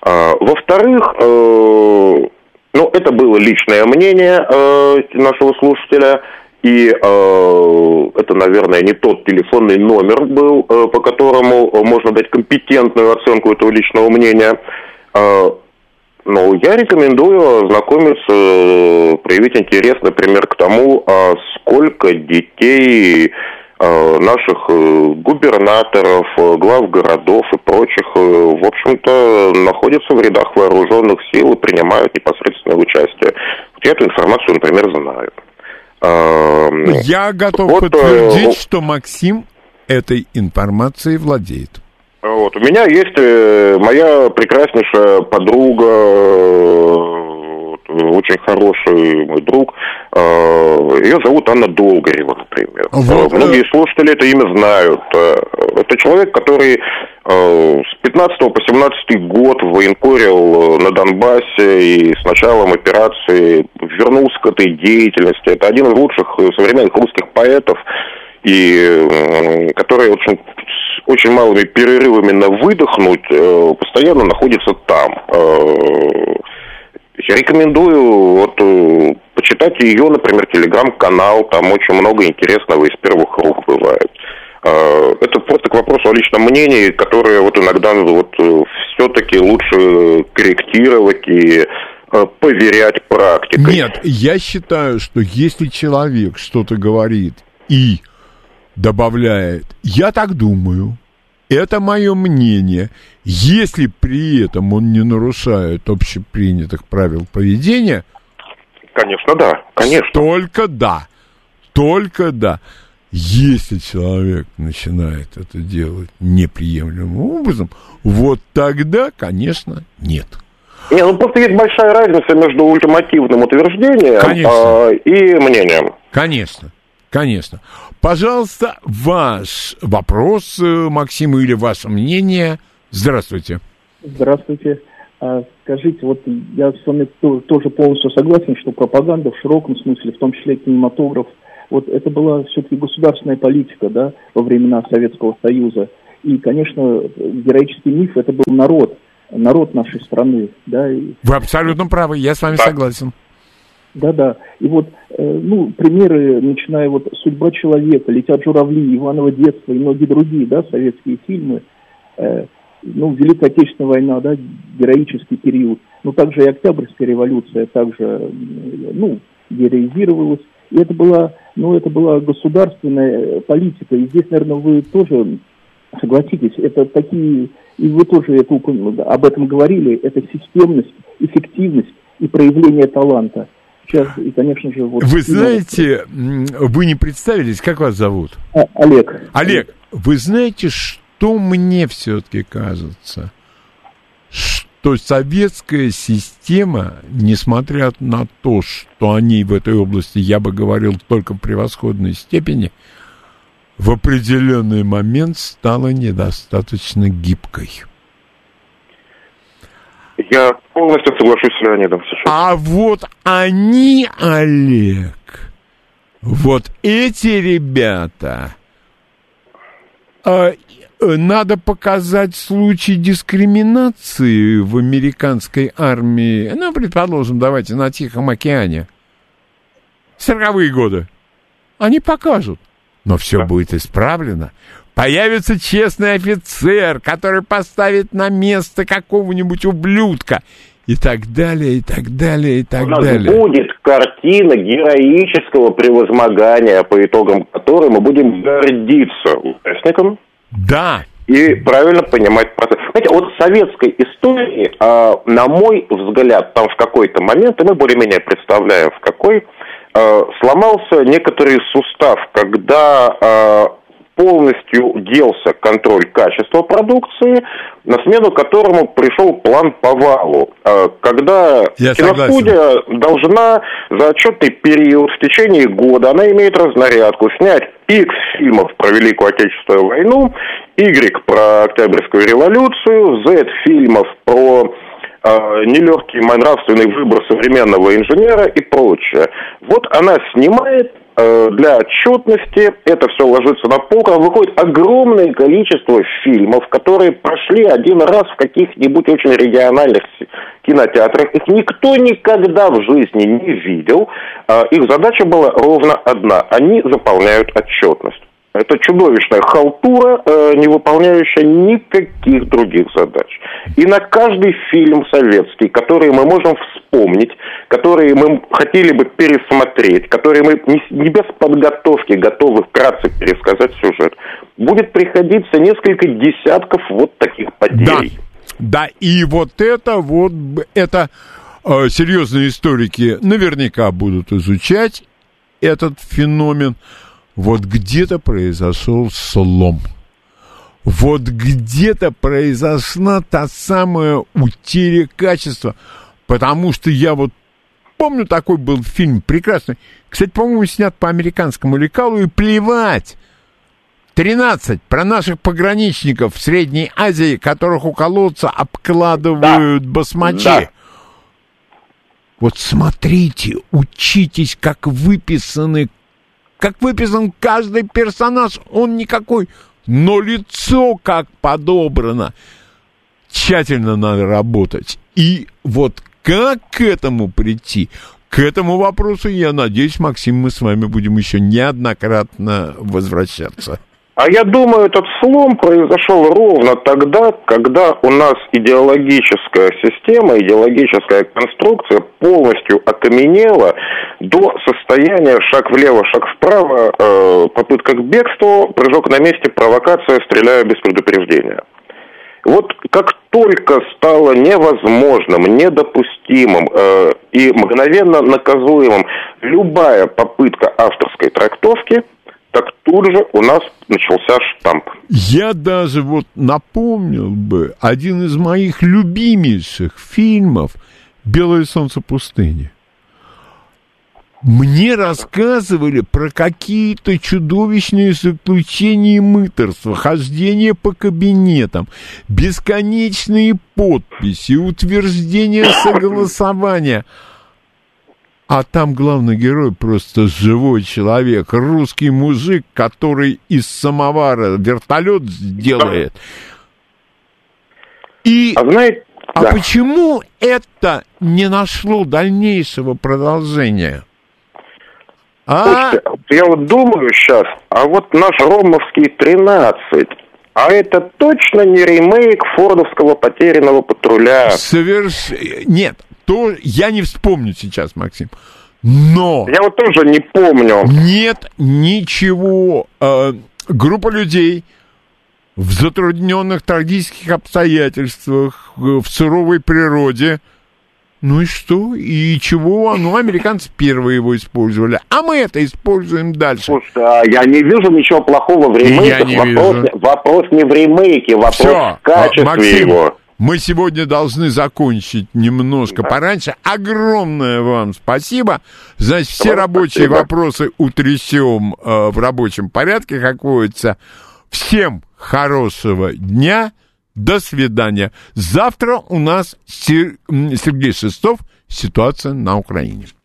Во-вторых, ну, это было личное мнение нашего слушателя, и это, наверное, не тот телефонный номер был, по которому можно дать компетентную оценку этого личного мнения. Ну, я рекомендую ознакомиться, проявить интерес, например, к тому, сколько детей наших губернаторов, глав городов и прочих, в общем-то, находятся в рядах вооруженных сил и принимают непосредственное участие. Вот я эту информацию, например, знаю. Я готов вот, подтвердить, что Максим этой информацией владеет. Вот. У меня есть моя прекраснейшая подруга, очень хороший мой друг. Ее зовут Анна Долгорева, например. Вот. Многие слушатели это имя знают. Это человек, который с пятнадцатого по семнадцатый год военкорил на Донбассе и с началом операции вернулся к этой деятельности. Это один из лучших современных русских поэтов, и который очень, с очень малыми перерывами на выдохнуть постоянно находится там. Я рекомендую вот, почитать ее, например, телеграм-канал, там очень много интересного из первых рук бывает. Это просто к вопросу о личном мнении, которое вот иногда вот, все-таки лучше корректировать и поверять практикой. Нет, я считаю, что если человек что-то говорит и добавляет «я так думаю», это мое мнение. Если при этом он не нарушает общепринятых правил поведения... Конечно, да, конечно. Только да, только да. Если человек начинает это делать неприемлемым образом, вот тогда, конечно, нет. Не, ну просто есть большая разница между ультимативным утверждением э, и мнением. Конечно. Конечно. Пожалуйста, ваш вопрос, Максим, или ваше мнение. Здравствуйте. Здравствуйте. А, скажите, вот я с вами тоже полностью согласен, что пропаганда в широком смысле, в том числе кинематограф, вот это была все-таки государственная политика, да, во времена Советского Союза. И, конечно, героический миф – это был народ, народ нашей страны, да. Вы абсолютно правы, я с вами да. согласен. Да-да, и вот, э, ну, примеры, начиная вот «Судьба человека», «Летят журавли», «Иваново детство» и многие другие, да, советские фильмы, э, ну, Великая Отечественная война, да, героический период, но также и Октябрьская революция также, ну, героизировалась, и это была, ну, это была государственная политика, и здесь, наверное, вы тоже согласитесь, это такие, и вы тоже это, об этом говорили, это системность, эффективность и проявление таланта. Сейчас, и, конечно же, вот... Вы знаете, вы не представились, как вас зовут? А, Олег. Олег, вы знаете, что мне все-таки кажется? Что советская система, несмотря на то, что о ней в этой области, я бы говорил, только в превосходной степени, в определенный момент стала недостаточно гибкой. Я полностью соглашусь с Леонидом сейчас. А вот они, Олег, вот эти ребята, э, надо показать случай дискриминации в американской армии, ну, предположим, давайте на Тихом океане, сороковые годы. Они покажут, но все да. будет исправлено. Появится честный офицер, который поставит на место какого-нибудь ублюдка. И так далее, и так далее, и так У нас далее. Будет картина героического превозмогания, по итогам которой мы будем гордиться участником. Да. И правильно понимать процесс. Знаете, вот в советской истории, э, на мой взгляд, там в какой-то момент, и мы более-менее представляем, в какой, э, сломался некоторый сустав, когда... Э, полностью делся контроль качества продукции, на смену которому пришел план по валу, когда Я киностудия согласен. должна за отчетный период в течение года, она имеет разнарядку, снять X фильмов про Великую Отечественную войну, Y про Октябрьскую революцию, Z фильмов про нелегкий нравственный выбор современного инженера и прочее. Вот она снимает э, для отчетности, это все ложится на полку, а выходит огромное количество фильмов, которые прошли один раз в каких-нибудь очень региональных кинотеатрах. Их никто никогда в жизни не видел. Э, их задача была ровно одна. Они заполняют отчетность. Это чудовищная халтура, э, не выполняющая никаких других задач. И на каждый фильм советский, который мы можем вспомнить, который мы хотели бы пересмотреть, который мы не, не без подготовки готовы вкратце пересказать сюжет, будет приходиться несколько десятков вот таких потерь. Да, да, и вот это вот, это э, серьезные историки наверняка будут изучать этот феномен. Вот где-то произошел слом. Вот где-то произошла та самая утеря качества. Потому что я вот помню, такой был фильм прекрасный. Кстати, по-моему, снят по американскому лекалу, и плевать. тринадцать про наших пограничников в Средней Азии, которых у колодца обкладывают да. басмачи. Да. Вот смотрите, учитесь, как выписаны Как выписан каждый персонаж, он никакой, но лицо как подобрано. Тщательно надо работать. И вот как к этому прийти? К этому вопросу, я надеюсь, Максим, мы с вами будем еще неоднократно возвращаться. А я думаю, этот слом произошел ровно тогда, когда у нас идеологическая система, идеологическая конструкция полностью окаменела до состояния шаг влево, шаг вправо, э, попытка к бегству, прыжок на месте, провокация, стреляю без предупреждения. Вот как только стало невозможным, недопустимым э, и мгновенно наказуемым любая попытка авторской трактовки, так тут же у нас начался штамп. Я даже вот напомнил бы один из моих любимейших фильмов «Белое солнце пустыни». Мне рассказывали про какие-то чудовищные заключения и мытарства, хождение по кабинетам, бесконечные подписи, утверждения согласования. А там главный герой просто живой человек, русский мужик, который из самовара вертолет сделает. И а, знаете, а да. почему это не нашло дальнейшего продолжения? А? Слушайте, я вот думаю сейчас, а вот наш Ромовский тринадцать, а это точно не ремейк фордовского «Потерянного патруля»? Соверш... Нет. То я не вспомню сейчас, Максим. Но... Я вот тоже не помню. Нет ничего. Э, группа людей в затрудненных трагических обстоятельствах, в суровой природе. Ну и что? И чего? Ну, американцы первые его использовали. А мы это используем дальше. Слушай, а я не вижу ничего плохого в ремейках. Вопрос, не, вопрос не в ремейке, вопрос Всё, в качестве Максим, его. Мы сегодня должны закончить немножко да. пораньше. Огромное вам спасибо. Значит, все спасибо. Рабочие вопросы утрясем э, в рабочем порядке, как водится. Всем хорошего дня. До свидания. Завтра у нас Сергей Шестов. Ситуация на Украине.